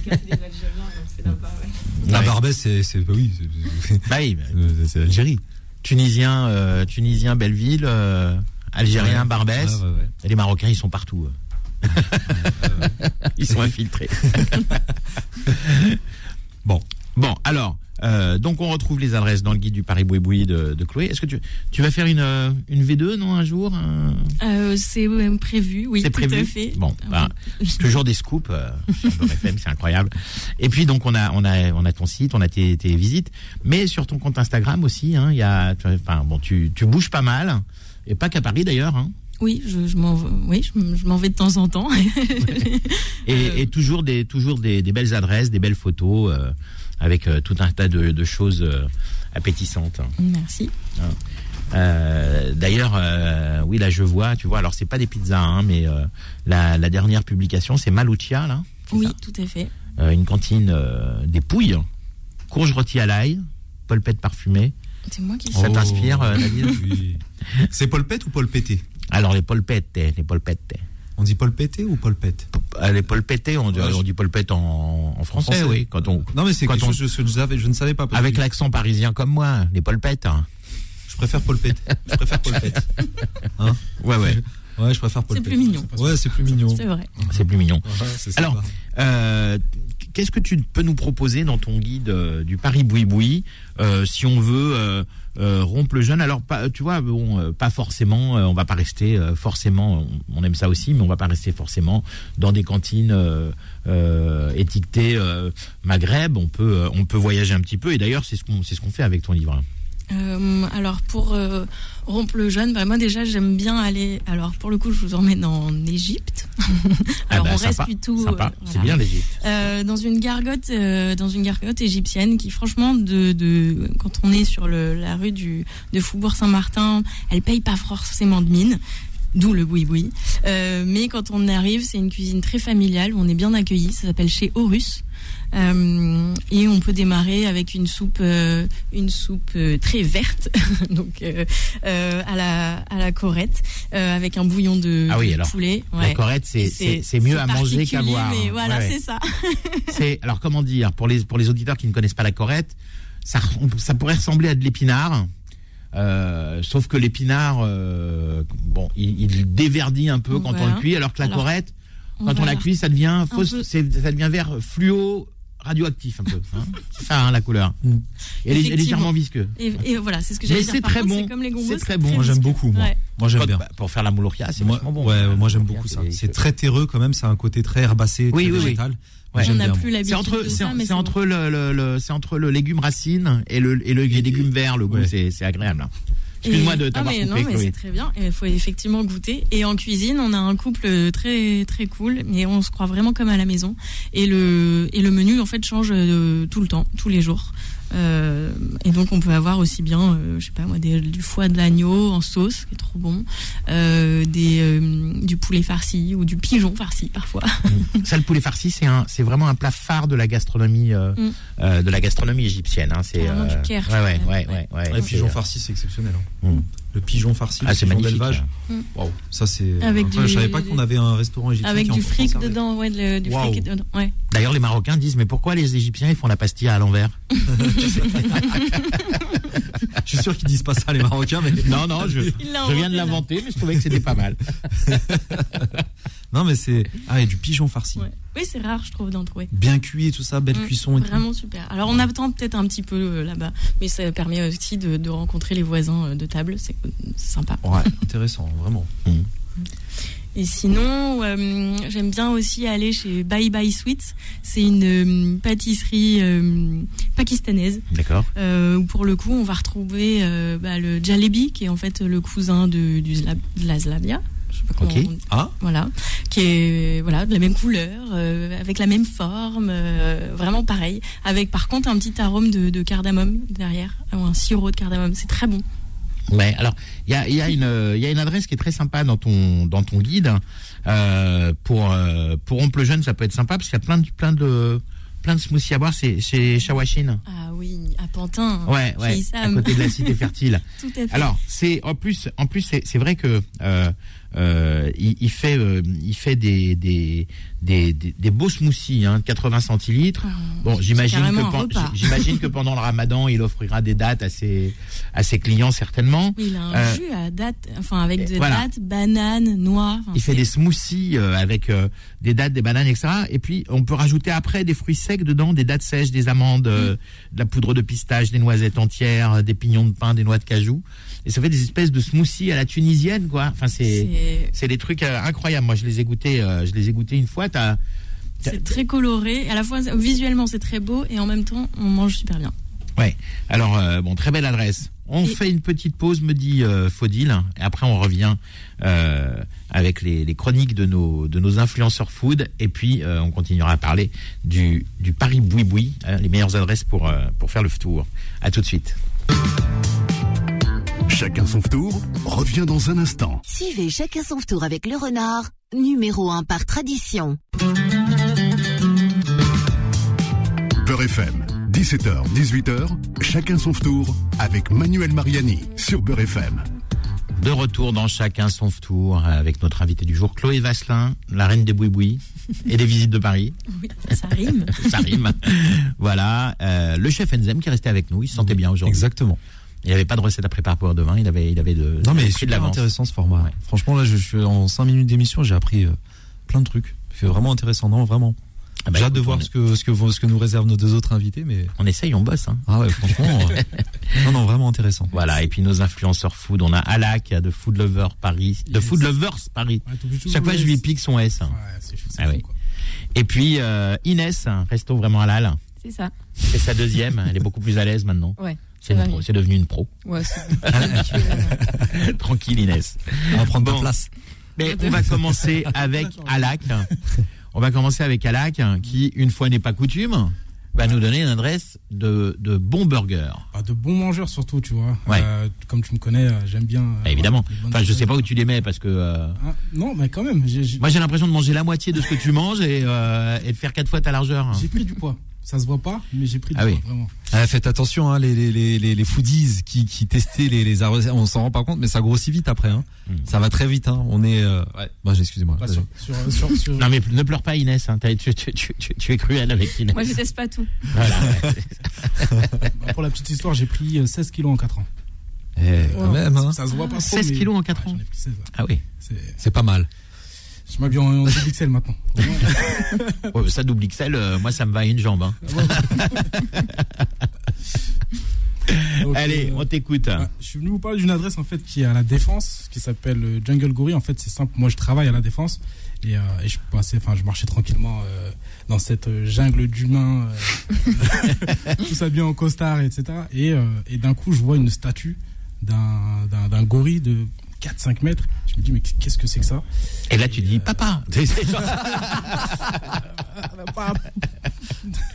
La Barbès, c'est, c'est, bah oui, c'est, bah oui, c'est, c'est l'Algérie. Tunisien, euh, Tunisien, Belleville, euh, Algérien, ouais, Barbès. Ouais, ouais, ouais. Et les Marocains, ils sont partout. Ils sont infiltrés. Bon, bon, alors. Euh, donc on retrouve les adresses dans le guide du Paris Boui-Boui de, de Chloé. Est-ce que tu, tu vas faire une, une V deux, non, un jour un... euh, C'est prévu, oui, c'est tout prévu. à fait. Bon, bah, toujours des scoops euh, sur Beurre F M, c'est incroyable. Et puis donc on a, on a, on a ton site, on a tes, tes visites, mais sur ton compte Instagram aussi, hein, il y a, enfin bon, tu, tu bouges pas mal, et pas qu'à Paris d'ailleurs. Hein. Oui, je, je m'en, oui, je, je m'en vais de temps en temps. et, euh... et toujours des, toujours des, des belles adresses, des belles photos. Euh, avec euh, tout un tas de, de choses euh, appétissantes. Merci. Hein. Euh, d'ailleurs, euh, oui, là je vois, tu vois, alors c'est pas des pizzas, hein, mais euh, la, la dernière publication, c'est Maluccia, là. Oui, ça tout à fait. Euh, une cantine euh, des pouilles, courges rôties à l'ail, polpettes parfumées. C'est moi qui. Ça oh, t'inspire, euh, Nabil? Oui. C'est polpette ou polpetté? Alors les polpettes, les polpettes. On dit polpetté ou polpette? Les polpettés, on, on dit polpette en, en, français, en français, oui. Quand on, non, mais c'est quand quelque on, chose que je, je, je ne savais pas. Avec l'accent parisien comme moi, les polpettes. Hein. Je préfère polpette. Je préfère polpette. Hein? Ouais, ouais. Ouais, je préfère polpette. C'est plus mignon. Ouais, c'est plus mignon. C'est vrai. C'est plus mignon. Ouais, c'est alors, euh, qu'est-ce que tu peux nous proposer dans ton guide euh, du Paris Boui-Boui euh, si on veut euh, euh, rompre le jeûne? Alors, pas, tu vois, bon, euh, pas forcément, euh, on va pas rester euh, forcément, on, on aime ça aussi, mais on va pas rester forcément dans des cantines euh, euh, étiquetées euh, Maghreb. On peut, euh, on peut voyager un petit peu, et d'ailleurs, c'est ce qu'on, c'est ce qu'on fait avec ton livre. Euh, alors pour euh, rompre le jeûne, bah moi déjà j'aime bien aller. Alors pour le coup, je vous emmène en Égypte. alors ah bah, on sympa, reste plutôt. Sympa. Euh, c'est voilà. bien l'Égypte. Euh, dans une gargote, euh, dans une gargote égyptienne qui, franchement, de, de quand on est sur le, la rue du de Faubourg-Saint-Martin, elle paye pas forcément de mine. D'où le boui-boui. Euh, mais quand on arrive, c'est une cuisine très familiale où on est bien accueilli. Ça s'appelle chez Horus. Euh, et on peut démarrer avec une soupe, euh, une soupe euh, très verte, donc euh, euh, à la à la corette, euh, avec un bouillon de, ah oui, de alors, poulet. Ouais. La corette, c'est c'est, c'est mieux à manger qu'à boire. Mais voilà, ouais, ouais. c'est ça. c'est alors comment dire pour les pour les auditeurs qui ne connaissent pas la corette, ça ça pourrait ressembler à de l'épinard. Euh, sauf que l'épinard, euh, bon, il, il déverdit un peu quand voilà. on le cuit, alors que la alors, corette, quand on, on la cuit, ça devient fausse, c'est, ça devient vert fluo radioactif un peu. Hein. C'est ça hein, la couleur. Mm. Et elle est légèrement visqueux. Et, et voilà, c'est ce que j'allais dire. Mais c'est Par très contre, bon. C'est comme les gongos, c'est très c'est bon. très moi j'aime beaucoup. Moi, ouais. moi j'aime bien. Pour faire la moulouria, c'est moi, vachement bon. Ouais, moi j'aime beaucoup ça. C'est très terreux quand même. C'est un côté très herbacé, oui, très oui, végétal. Oui. Ouais. On n'a plus l'habitude. C'est entre, de c'est, ça, mais c'est c'est entre bon. le, le, le, c'est entre le légume racine et le, et le et légume vert. Le goût, ouais. c'est, c'est agréable. Excuse-moi et, de t'avoir ah mais coupé, non, mais Chloé. C'est très bien. Il faut effectivement goûter. Et en cuisine, on a un couple très très cool, mais on se croit vraiment comme à la maison. Et le et le menu en fait change euh, tout le temps, tous les jours. Euh, et donc on peut avoir aussi bien, euh, je sais pas moi, des, du foie de l'agneau en sauce, qui est trop bon, euh, des, euh, du poulet farci ou du pigeon farci parfois. Ça, le poulet farci, c'est un, c'est vraiment un plat phare de la gastronomie, euh, Mm. euh, de la gastronomie égyptienne. Hein. C'est Carrément euh, du Caire, ouais, ouais, quand ouais, même. ouais, ouais. Ouais, C'est, pigeon euh, farci, c'est exceptionnel. Hein. mm. Le pigeon farci, Ah, le c'est pigeon magnifique. d'élevage. Mm. Waouh, ça c'est. Avec Enfin, du- je savais pas qu'on avait un restaurant égyptien Avec qui du en fric conservait. dedans, ouais, le- du Waouh. fric dedans, ouais. D'ailleurs, les Marocains disent, mais pourquoi les Égyptiens ils font la pastilla à l'envers? Je suis sûr qu'ils disent pas ça les Marocains, mais Non, non, je, Il l'a je viens de inventé, là. l'inventer, mais je trouvais que c'était pas mal. non mais c'est ah et du pigeon farci. Ouais. Oui, c'est rare, je trouve, d'en trouver. Bien cuit et tout ça, belle Mm, cuisson et tout. Vraiment super. Alors on attend peut-être un petit peu euh, là-bas, mais ça permet aussi de, de rencontrer les voisins euh, de table, c'est c'est sympa. Ouais, intéressant, vraiment. Et sinon, euh, j'aime bien aussi aller chez Bye Bye Sweets. C'est une euh, pâtisserie euh, pakistanaise D'accord. euh, où pour le coup on va retrouver euh, bah, le jalebi qui est en fait le cousin de, du Zla- de la Zlavia. Je sais pas comment Ok. on- Ah, Voilà, qui est voilà de la même couleur, euh, avec la même forme, euh, vraiment pareil, avec par contre un petit arôme de, de cardamome derrière, ou un sirop de cardamome. C'est très bon. Ouais, alors il y a, il y a une euh, il y a une adresse qui est très sympa dans ton dans ton guide euh, pour euh, pour rompre le jeûne, ça peut être sympa parce qu'il y a plein de plein de plein de smoothies à boire. C'est chez Shawashin. Ah oui, à Pantin. Ouais, chez ouais, à Issam. côté de la cité fertile. Tout à fait. Alors c'est en plus en plus c'est c'est vrai que euh, euh, il, il fait euh, il fait des des des des, des beaux smoothies hein, de quatre-vingts centilitres. Ah, Bon, c'est j'imagine carrément que un pen- repas. j'imagine que pendant le Ramadan, il offrira des dates à ses à ses clients certainement. Oui, il a un Euh, jus à date, enfin avec de voilà. dattes, bananes, noix. Enfin, Il fait c'est- des smoothies euh, avec euh, des dattes, des bananes, et cetera. Et puis on peut rajouter après des fruits secs dedans, des dattes sèches, des amandes, euh, de la poudre de pistache, des noisettes entières, euh, des pignons de pain, des noix de cajou. Et ça fait des espèces de smoothies à la tunisienne, quoi. Enfin c'est c'est c'est des trucs euh, incroyables. Moi je les ai goûtés, euh, je les ai goûtés une fois. T'as c'est très coloré. À la fois visuellement c'est très beau et en même temps on mange super bien. Ouais. Alors euh, bon, très belle adresse. On Et- fait une petite pause, me dit euh, Faudil, et après on revient euh, avec les, les chroniques de nos de nos influenceurs food, et puis euh, on continuera à parler du du Paris Boui-Boui, hein, les meilleures adresses pour euh, pour faire le tour. À tout de suite. Chacun son tour revient dans un instant. Suivez Chacun son tour avec le renard, numéro un par tradition. Beurre F M, dix-sept heures, dix-huit heures, chacun son tour avec Manuel Mariani sur Beurre F M. De retour dans Chacun son tour avec notre invité du jour, Chloé Vasselin, la reine des boui-boui et des visites de Paris. Oui, ça rime. Ça rime. Voilà, euh, le chef Enzem qui est resté avec nous, il se sentait bien aujourd'hui. exactement. Il n'avait pas de recette à préparer pour demain, il avait il avait de Non il mais avait c'est pris de super l'avance. intéressant ce format. Ouais. Franchement là, je suis en cinq minutes d'émission, j'ai appris euh, plein de trucs. C'est vraiment intéressant, non vraiment. Ah bah, J'ai hâte de écoute, voir on- ce que ce que vont- ce que nous réservent nos deux autres invités, mais On essaye, on bosse. Hein. ah ouais franchement, euh, non non vraiment intéressant. Voilà, et puis nos influenceurs food, on a Alak de Food Lover Paris, de Yes. Food Lovers Paris. Ouais, t'oublies toujours Chaque fois le je lui S. pique son S. Ouais, c'est c'est Ah fou, oui. quoi. Et puis euh, Inès, un resto vraiment halal. C'est ça. C'est sa deuxième, elle est beaucoup plus à l'aise maintenant. Ouais. C'est ça une va pro- mieux. c'est devenu une pro. Ouais, c'est Tranquille Inès. On va prendre Bon. ta place. Mais on va commencer avec Alak. On va commencer avec Alak qui, une fois n'est pas coutume, va nous donner une adresse de, de bons burgers. Ah, de bons mangeurs surtout, tu vois. Ouais. Euh, comme tu me connais, euh, j'aime bien. euh, Bah, évidemment. voilà, les bonnes Enfin, je sais choses. pas où tu les mets parce que euh, Ah, non, mais quand même, j'ai j'ai- moi j'ai l'impression de manger la moitié de ce que tu manges et, euh, et de faire quatre fois ta largeur. j'ai pris du poids. Ça se voit pas, mais j'ai pris du Ah poids, oui. vraiment. Ah, faites attention, hein, les, les, les, les, les foodies qui, qui testaient les, les arrosés, on s'en rend pas compte, mais ça grossit vite après. Hein. Mm. Ça va très vite. Hein. On est. Euh... Ouais. Bah, excusez-moi. Pas sur, sur, sur, sur- Non mais ne pleure pas Inès, hein. T'as- tu, tu, tu, tu, tu es cruel avec Inès. Moi, je teste pas tout. Voilà. bah, pour la petite histoire, j'ai pris euh, seize kilos en quatre ans. Eh, quand même. Hein. Ça se voit pas trop. seize mais- kilos en quatre Ouais, ans. J'en ai pris seize. ouais. Ah oui. C'est- C'est pas mal. Je m'habille en, en double X L maintenant. Vraiment. Ouais, mais ça double X L, euh, moi ça me va à une jambe. Hein. Donc, Allez, euh, on t'écoute. ouais, je suis venu vous parler d'une adresse en fait qui est à la Défense, qui s'appelle euh, Jungle Gory. En fait, c'est simple. Moi, je travaille à la Défense et, euh, et je passais, enfin, je marchais tranquillement euh, dans cette euh, jungle d'humains, euh, tout ça bien en costard, et cetera. Et, euh, et d'un coup, je vois une statue d'un d'un d'un gorille de quatre cinq mètres. Je me dis, mais qu'est-ce que c'est que ça? Et là tu dis papa. Pas,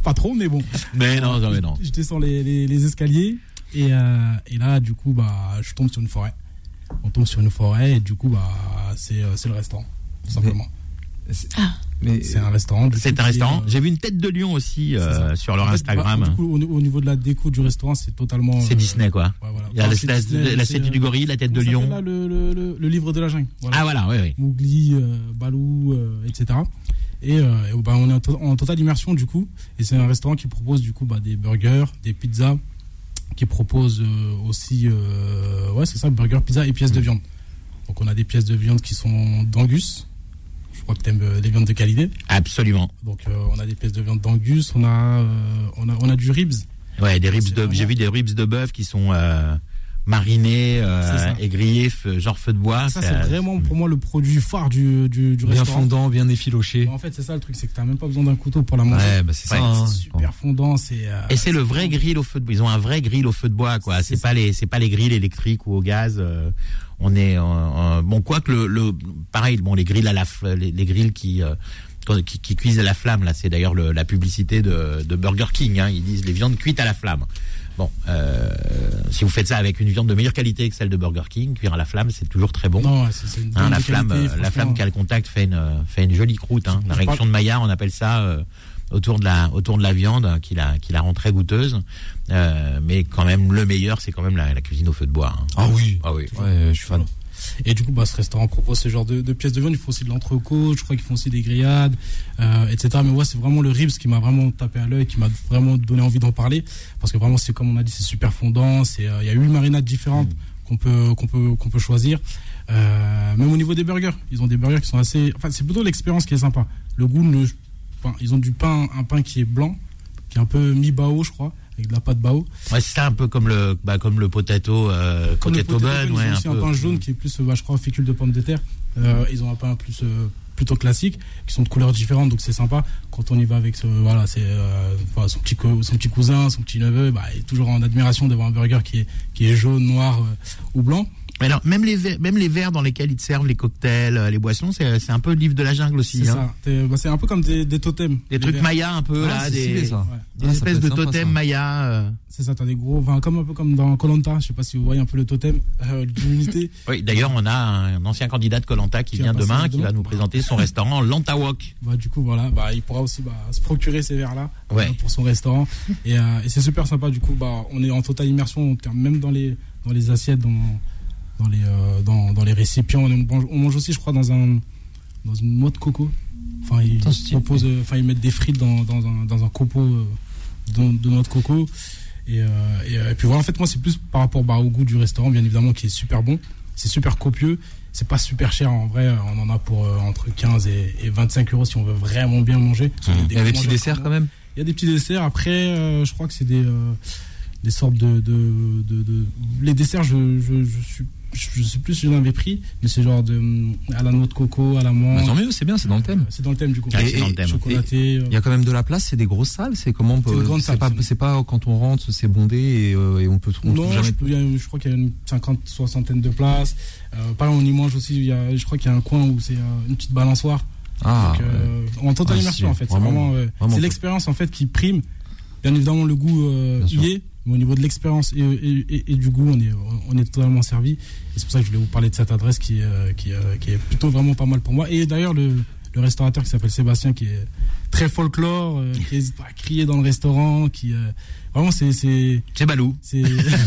pas trop, mais bon. Mais non, non, mais non. Je descends les, les, les escaliers et, euh, et là, du coup, bah, je tombe sur une forêt. On tombe sur une forêt et du coup, bah, c'est, c'est le restaurant, tout simplement. Mais, c'est, Ah. mais c'est un restaurant. Du C'est coup, un restaurant. est, euh, J'ai vu une tête de lion aussi euh, sur leur en fait, Instagram. bah, du coup, au, au niveau de la déco du restaurant, c'est totalement. C'est euh, Disney, quoi. Ouais, voilà. Il y a Enfin, la, c'est la, Disney, la c'est, statue euh, du gorille, la tête de comment lion. s'appelle, là, le, le, le, le livre de la jungle. Voilà. Ah voilà, oui, oui. Mowgli, euh, Balou, euh, et cetera. Et, euh, et bah, on est en, to- en totale immersion du coup. Et c'est un restaurant qui propose du coup bah, des burgers, des pizzas, qui propose euh, aussi, euh, ouais c'est ça, burger, pizza et pièces de viande. Donc on a des pièces de viande qui sont d'Angus. Je crois que tu aimes euh, les viandes de qualité. Absolument. Donc euh, on a des pièces de viande d'Angus, on a, euh, on a, on a du ribs. Ouais, des ribs C'est de, vraiment- j'ai vu des ribs de bœuf qui sont euh, marinés euh, C'est ça. et grillés, f- genre feu de bois. Ça c'est vraiment pour moi le produit phare du, du, du bien restaurant. fondant, bien effiloché. En fait c'est ça le truc, c'est que t'as même pas besoin d'un couteau pour la manger. Ouais, bah c'est Ouais, ça. hein. C'est super fondant, c'est. euh, Et c'est le vrai grill au feu de bois. Ils ont un vrai grill au feu de bois, quoi. C'est C'est pas les, c'est pas les grilles électriques ou au gaz. euh, on est, euh, euh, bon, quoi que le, le, pareil, bon, les grilles à la, f- les, les grilles qui, euh, qui, qui cuisent à la flamme, là, c'est d'ailleurs le, la publicité de, de Burger King. Hein. Ils disent les viandes cuites à la flamme. Bon, euh, si vous faites ça avec une viande de meilleure qualité que celle de Burger King, cuire à la flamme, c'est toujours très bon. Non, ouais, c'est, c'est une Hein, viande la de flamme, qualité, euh, la franchement. flamme qui a le contact fait une, fait une jolie croûte. Hein. La Je réaction parle- de Maillard, on appelle ça euh, autour de la, autour de la viande, qui la, qui la rend très goûteuse. Euh, mais quand même, le meilleur, c'est quand même la, la cuisine au feu de bois. Hein. Ah oui. Ah oui. Ouais, je suis fan. Et du coup, bah, ce restaurant propose ce genre de, de pièces de viande. Ils font aussi de l'entrecôte, je crois qu'ils font aussi des grillades, euh, et cetera. Mais ouais, c'est vraiment le ribs qui m'a vraiment tapé à l'œil, qui m'a vraiment donné envie d'en parler. Parce que vraiment, c'est comme on a dit, c'est super fondant. C'est, euh, il y a huit marinades différentes qu'on peut, qu'on peut, qu'on peut choisir. Euh, même au niveau des burgers, ils ont des burgers qui sont assez. Enfin, c'est plutôt l'expérience qui est sympa. Le goût, le, enfin, ils ont du pain, un pain qui est blanc, qui est un peu mi-bao, je crois, avec de la pâte bao. Ouais, c'est ça, un peu comme le, bah, comme le potato, euh, Comme le potato potato bun, bun, ouais, ils ont un aussi un, peu. pain jaune qui est plus, euh, bah, je crois, fécule de pommes de terre. Euh, ils ont un pain plus euh, plutôt classique, qui sont de couleurs différentes, donc c'est sympa. Quand on y va avec ce, voilà, c'est euh, voilà, son petit co- son petit cousin, son petit neveu, bah, il est toujours en admiration d'avoir un burger qui est qui est jaune, noir euh, ou blanc. Mais alors, même les verres, même les verres dans lesquels ils te servent les cocktails, euh, les boissons, c'est, c'est un peu le livre de la jungle aussi. C'est Hein. ça. T'es- bah, c'est un peu comme des, des totems. Des les trucs verres. Maya un peu Ah, là, c'est des, stylé, ça. Ouais. des Ah, ça espèces peut de être sympa, totems ça. Maya. euh. C'est ça, t'as des gros, enfin, comme un peu comme dans Koh-Lanta, je sais pas si vous voyez un peu le totem euh, d'immunité. Oui, d'ailleurs, on a un ancien candidat de Koh Lanta qui, Qui vient va passer demain, qui demain. va nous présenter son restaurant Lantawok. Bah, du coup, voilà, bah, il pourra aussi bah, se procurer ces verres-là Ouais. euh, pour son restaurant. Et, euh, et c'est super sympa, du coup, bah, on est en totale immersion, même dans les, dans les assiettes, dans, dans, les, euh, dans, dans les récipients. On mange, on mange aussi, je crois, dans, un, dans une noix de coco. Enfin, ils, Putain, c'est proposent, euh, enfin, ils mettent des frites dans, dans, un, dans un copeau euh, de, de noix de coco. Et, euh, et, euh, et puis voilà, en fait, moi, c'est plus par rapport bah, au goût du restaurant, bien évidemment, qui est super bon. C'est super copieux. C'est pas super cher en vrai. On en a pour euh, entre quinze et, et vingt-cinq euros si on veut vraiment bien manger. Parce qu'on est Il y a des petits mangeurs desserts comme quand même. il y a des petits desserts. Après, euh, je crois que c'est des, euh, des sortes de, de, de, de- Les desserts, je, je, je suis. Je sais plus si j'en avais pris, mais c'est genre de, à la noix de coco, à la Bah, menthe. tant mieux, c'est bien, c'est dans le thème. C'est dans le thème du coup. Ah, c'est dans le thème. Chocolaté. euh, Il y a quand même de la place, c'est des grosses salles, c'est comment on peut- C'est une grande c'est salle, pas, c'est- c'est pas quand on rentre, c'est bondé et, euh, et on peut on Non, trouve jamais. je, il y a- je crois qu'il y a une cinquante, soixantaine de places. Euh, pareil, on y mange aussi. Il y a, je crois qu'il y a un coin où c'est euh, une petite balançoire. Ah, Donc, euh, en totale Ah, immersion c'est en fait. C'est vraiment- vraiment, euh, vraiment c'est cool. l'expérience en fait qui prime. Bien évidemment, le goût euh, Bien sûr. y est, mais au niveau de l'expérience et, et, et- et du goût, on est, on est totalement servi. Et c'est pour ça que je voulais vous parler de cette adresse qui, est, euh, qui, euh, qui est plutôt vraiment pas mal pour moi. Et d'ailleurs, le, le restaurateur qui s'appelle Sébastien, qui est très folklore, euh, qui n'hésite pas à crier dans le restaurant, qui euh, vraiment c'est c'est C'est Balou. c'est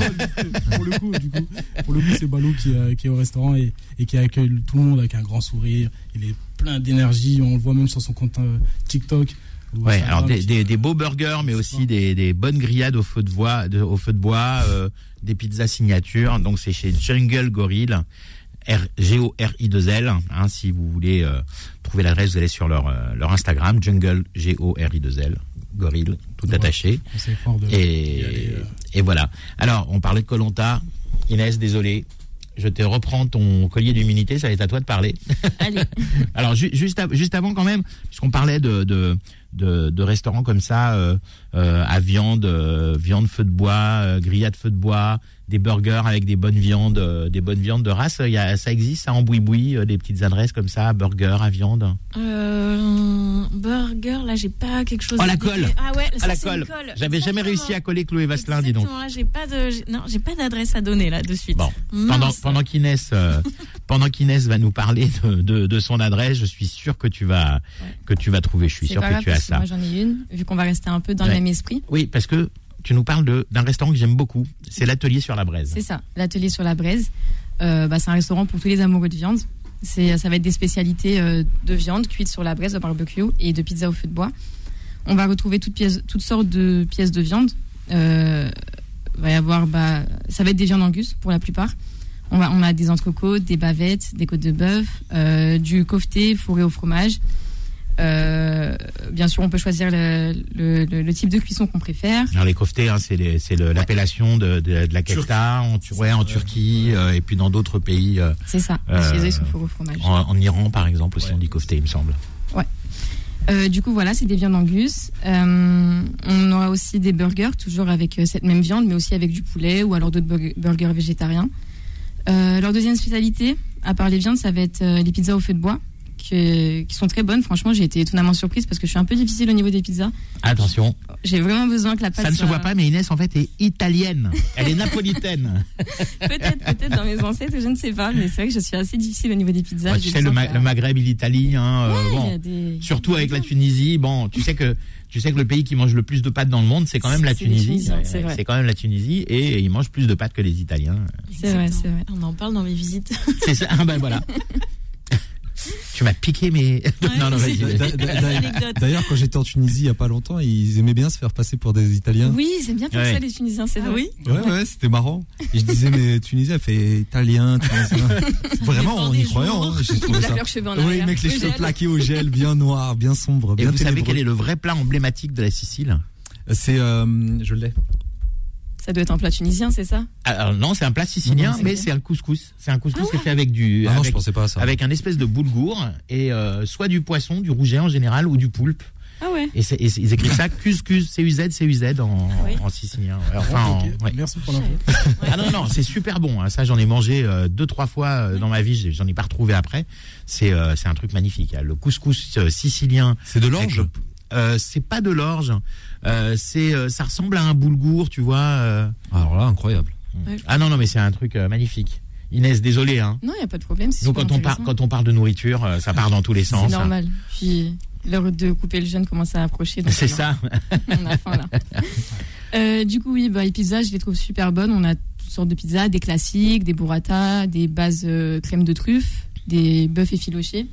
pour le coup du coup pour le coup c'est Balou qui, euh, qui est au restaurant et, et qui accueille tout le monde avec un grand sourire. Il est plein d'énergie, on le voit même sur son compte euh, TikTok. Ouais, Instagram, alors des, qui- des, des beaux burgers, mais C'est aussi ça. des, des bonnes grillades au feu de bois, de, au feu de bois, euh, des pizzas signature. Donc c'est chez Jungle Gorille, R, G O R I deux L. Hein, si vous voulez euh, trouver l'adresse, vous allez sur leur euh, leur Instagram, Jungle G O R I deux L, Gorille, tout Ouais. attaché. C'est fort de y Et, aller, euh. et voilà. Alors, on parlait de Koh Lanta. Inès, désolé. Je te reprends ton collier d'humilité, ça va être à toi de parler. Allez. Alors, ju- juste, av- juste avant quand même, puisqu'on parlait de, de, de, de restaurants comme ça euh, euh, à viande, euh, viande feu de bois, euh, grillade feu de bois, des burgers avec des bonnes viandes, euh, des bonnes viandes de race. Il y a, ça existe, ça en boui-boui, euh, des petites adresses comme ça, burgers à viande. Euh, burger, là, j'ai pas quelque chose. Oh, la de- colle. Ah ouais, ça, À la c'est une colle. colle. J'avais jamais Exactement. réussi à coller Chloé Vasselin, dis donc. Exactement, là, j'ai pas de, j'ai- non, j'ai pas d'adresse à donner là de suite. Bon, Mince. pendant pendant qu'Inès euh, pendant qu'Inès va nous parler de, de de son adresse, je suis sûr que tu vas Ouais. que tu vas trouver. Je suis C'est sûr pas que grave tu as parce que ça. moi j'en ai une, vu qu'on va rester un peu dans Ouais. le même esprit. Oui, parce que tu nous parles de d'un restaurant que j'aime beaucoup. C'est l'Atelier sur la Braise. C'est ça, l'atelier sur la Braise. Euh, bah, c'est un restaurant pour tous les amoureux de viande. C'est, ça va être des spécialités euh, de viande cuite sur la braise au barbecue et de pizza au feu de bois. On va retrouver toutes, pièces, toutes sortes de pièces de viande. Euh, va y avoir, bah, ça va être des viandes angus pour la plupart. On, va, on a des entrecôtes, des bavettes, des côtes de bœuf, euh, du kofté fourré au fromage. Euh, bien sûr, on peut choisir le, le, le, le type de cuisson qu'on préfère. Alors les koftés, hein, c'est les, c'est le, l'appellation de, de, de la kefta en, Tu- ouais, en Turquie euh, et puis dans d'autres pays. Euh, C'est ça, Euh, chez eux, ils sont fourrés au fromage. en, en Iran, par exemple, aussi on dit kofté, il me semble. Euh, du coup, voilà, c'est des viandes angus. Euh, on aura aussi des burgers, toujours avec euh, cette même viande, mais aussi avec du poulet ou alors d'autres burg- burgers végétariens. Euh, leur deuxième spécialité, à part les viandes, ça va être euh, les pizzas au feu de bois, qui, qui sont très bonnes. Franchement, j'ai été étonnamment surprise parce que je suis un peu difficile au niveau des pizzas. Attention, J'ai vraiment besoin que la pâte ça ne se soit- voit pas, mais Inès en fait est italienne. Elle est napolitaine. Peut-être, peut-être dans mes ancêtres, je ne sais pas, mais c'est vrai que je suis assez difficile au niveau des pizzas. Ouais, J'ai tu sais, le, besoin Ma- que le la- Maghreb et l'Italie, hein, euh, Ouais, bon. il y a des- Surtout avec la Tunisie, bon, tu sais que tu sais que le pays qui mange le plus de pâtes dans le monde, c'est quand même la C'est les Tunisie. Tunisiens, Ouais, c'est vrai. c'est quand même la Tunisie et ils mangent plus de pâtes que les Italiens. C'est vrai, c'est vrai. On en parle dans mes visites. C'est ça. Ah ben voilà. Tu m'as piqué mes. non non vas-y. D'a- vas-y. d'a- d'a- D'ailleurs, quand j'étais en Tunisie il y a pas longtemps, ils aimaient bien se faire passer pour des Italiens. Oui, ils aiment bien faire Ouais. ça, les Tunisiens, c'est Ah vrai. oui Ouais, ouais, c'était marrant. Et je disais, mais Tunisie, elle fait italien, tunisien. Vraiment, Dépend en y des croyant, jours. hein, j'ai trouvé Ils ça. lavent leurs cheveux en Oui, arrière. mec, les Au cheveux gel. plaqués au gel, bien noirs, bien sombres, Et bien vous savez ténébreux. quel est le vrai plat emblématique de la Sicile? C'est, euh, je l'ai. Ça doit être un plat tunisien, c'est ça? Alors non, c'est un plat sicilien, Non, non, c'est mais bien. c'est un couscous. C'est un couscous Ah qui est fait avec du, Ah non, je avec, pensais pas à ça. avec un espèce de boulgour et euh, soit du poisson, du rouget en général, ou du poulpe. Ah ouais. Et, c'est- et c'est- ils écrivent ça couscous, C U Z, C U Z en, Oui. en sicilien. Ouais, Enfin, en- Ok, ouais. Merci pour l'info. Ah non, non, c'est super bon. hein. Ça, j'en ai mangé euh, deux, trois fois euh, dans ma vie. j'ai- J'en ai pas retrouvé après. C'est euh, c'est un truc magnifique. hein. Le couscous euh, sicilien. C'est de avec l'orge. le- Euh, c'est pas de l'orge. Euh, c'est, euh, ça ressemble à un boulgour, tu vois. euh. Alors là, incroyable. Ah non, non, mais c'est un truc euh, magnifique. Inès, désolé. Hein. Non, il n'y a pas de problème. C'est Nous, super quand on, par, intéressant. quand on parle de nourriture, euh, ça part dans tous les sens. C'est normal. Puis l'heure de couper le jeûne commence à approcher. donc C'est on a- ça. On a faim là. Euh, du coup, oui, bah, les pizzas, je les trouve super bonnes. On a toutes sortes de pizzas, des classiques, des burrata, des bases euh, crème de truffe, des bœufs effilochés.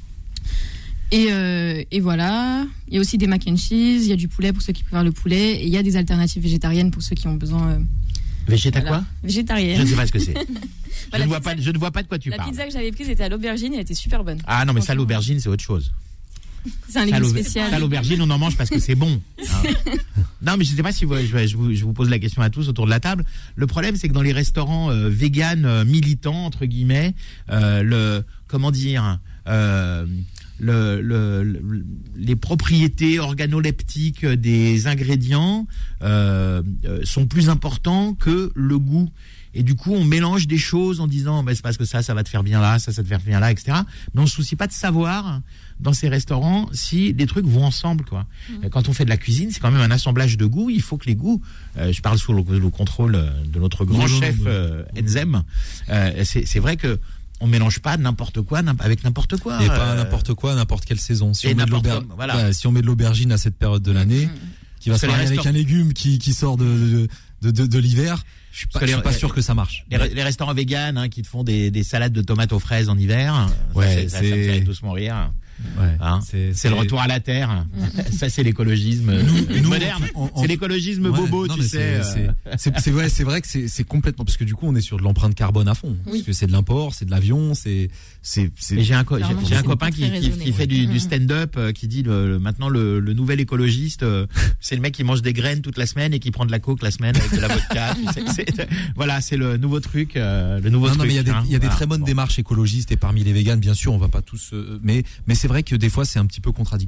Et, euh, et voilà. Il y a aussi des mac and cheese, il y a du poulet pour ceux qui préfèrent le poulet, et il y a des alternatives végétariennes pour ceux qui ont besoin. Euh, Végéta voilà. quoi Je Végétarienne. ne sais pas ce que c'est. je, Voilà, ne vois pizza- pas, je ne vois pas de quoi tu La parles. pizza que j'avais prise était à l'aubergine, elle était super bonne. Ah non, mais ça, Franchement. l'aubergine, c'est autre chose. C'est un Ça, légume l'au- spécial. ça, l'aubergine, on en mange parce que c'est bon. Hein. Non, mais je sais pas si vous, je, je vous, je vous pose la question à tous autour de la table. Le problème, c'est que dans les restaurants euh, véganes euh, militants entre guillemets, euh, le comment dire, euh, le, le, le- les propriétés organoleptiques des ingrédients euh, euh, sont plus importants que le goût. Et du coup, on mélange des choses en disant, bah, c'est parce que ça, ça va te faire bien là, ça, ça te faire bien là, et cetera. Mais on ne se soucie pas de savoir dans ces restaurants si les trucs vont ensemble, quoi. Mmh. Quand on fait de la cuisine, c'est quand même un assemblage de goûts. Il faut que les goûts, euh, je parle sous le, le contrôle de notre grand Non, non, chef non, non. euh, Enzem. Euh, c'est, c'est vrai que on mélange pas n'importe quoi n'im- avec n'importe quoi. Et pas Euh, n'importe quoi, n'importe quelle saison. Si et on, met de n'importe l'auber- quoi, voilà. bah, si on met de l'aubergine à cette période de l'année, qui va Parce se que les marier avec restaurants- un légume qui, qui sort de, de, de, de, de l'hiver, je suis pas, Parce que je suis les- pas sûr que ça marche. Les, re- les restaurants véganes hein, qui te font des, des salades de tomates aux fraises en hiver, ça, Ouais, c'est- ça, ça me c'est- fait doucement rire. Ouais, Hein, c'est le retour à la terre. Ça, c'est l'écologisme euh, nous, moderne. en- en- C'est l'écologisme Ouais, bobo, non, tu mais sais. c'est- euh. c'est- C'est c'est vrai, c'est vrai que c'est c'est complètement parce que du coup on est sur de l'empreinte carbone à fond. Parce que c'est de l'import, c'est de l'avion, c'est c'est c'est. Et j'ai un, co- j'ai, Clairement, j'ai un c'est copain pas qui, très qui, raisonné, qui fait ouais. du, du Mhm. stand-up, euh, qui dit le, le- maintenant le, le nouvel écologiste, euh, c'est le mec qui mange des graines toute la semaine et qui prend de la coke la semaine avec de la vodka. tu sais, c'est- voilà, c'est le nouveau truc, euh, le nouveau Non, truc. non, mais il y a des, hein. il y a des Voilà. très bonnes Bon. démarches écologistes et parmi les véganes, bien sûr, on va pas tous, euh, mais mais c'est vrai que des fois c'est un petit peu contradictoire.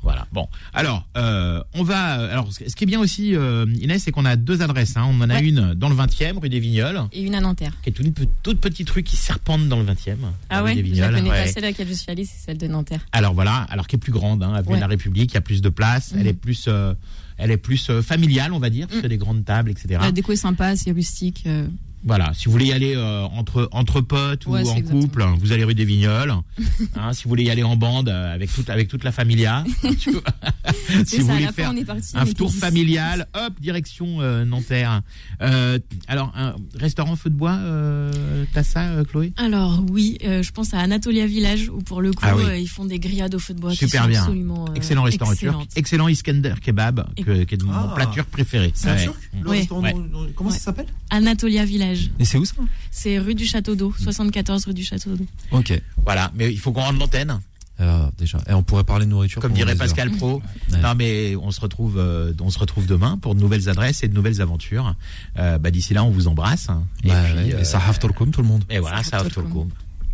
Voilà. Bon. Alors, euh, on va. Alors, ce qui est bien aussi, euh, Inès, c'est qu'on a deux adresses. Hein. On en a Ouais. une dans le vingtième, rue des Vignoles, Et une à Nanterre. qui est toute, toute petite rue qui serpente dans le vingtième. Ah rue ouais, des je la Vignoles. connais Ouais. pas. Celle à laquelle je suis allée, c'est celle de Nanterre. Alors voilà. Alors qui est plus grande, hein, avenue Ouais. de la République. Il y a plus de place. Mhm. Elle est plus. Euh, elle est plus euh, familiale, on va dire. Mhm. C'est des grandes tables, et cetera. La déco est sympa, c'est rustique. euh. Voilà, si vous voulez y aller euh, entre entre potes Ouais, ou c'est en exactement. couple, vous allez rue des Vignoles. Hein, si vous voulez y aller en bande euh, avec toute avec toute la familia, tu vois. si C'est vous ça, à voulez la faire fin, on est parti. un tour familial, hop, direction euh, Nanterre. Euh, alors un restaurant feu de bois, euh, t'as ça, euh, Chloé? Alors oui, euh, je pense à Anatolia Village où pour le coup Ah oui. euh, ils font des grillades au feu de bois. Super qui sont bien. Absolument, euh, Excellent restaurant excellentes. turc, excellent Iskender kebab, que, qui est mon Ah. plat turc préféré. C'est un Ouais. turc Le Ouais. restaurant Ouais. dont- Comment Ouais. ça s'appelle? Anatolia Village. Et c'est où ça? C'est rue du Château d'Eau, soixante-quatorze rue du Château d'Eau. Ok. Voilà, mais il faut qu'on rende l'antenne, Euh, déjà, et on pourrait parler de nourriture. comme pendant dirait des heures. Pascal Pro. Ouais. Non, mais on se retrouve, euh, on se retrouve demain pour de nouvelles adresses et de nouvelles aventures. Euh, bah, d'ici là, on vous embrasse. hein. Et Bah, puis, ouais, euh, et ça have Tolkoum, tout le monde. et voilà, ça Sahav have Tolkoum.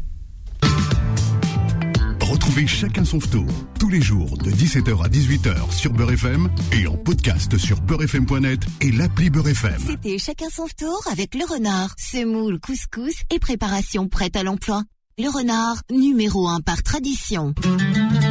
Tolkoum. Retrouvez Chacun son tour tous les jours de dix-sept heures à dix-huit heures sur Beurre F M et en podcast sur beurre f m point net et l'appli Beurre F M. C'était Chacun son tour avec le renard. Semoule, couscous et préparation prête à l'emploi. Le renard, numéro un par tradition.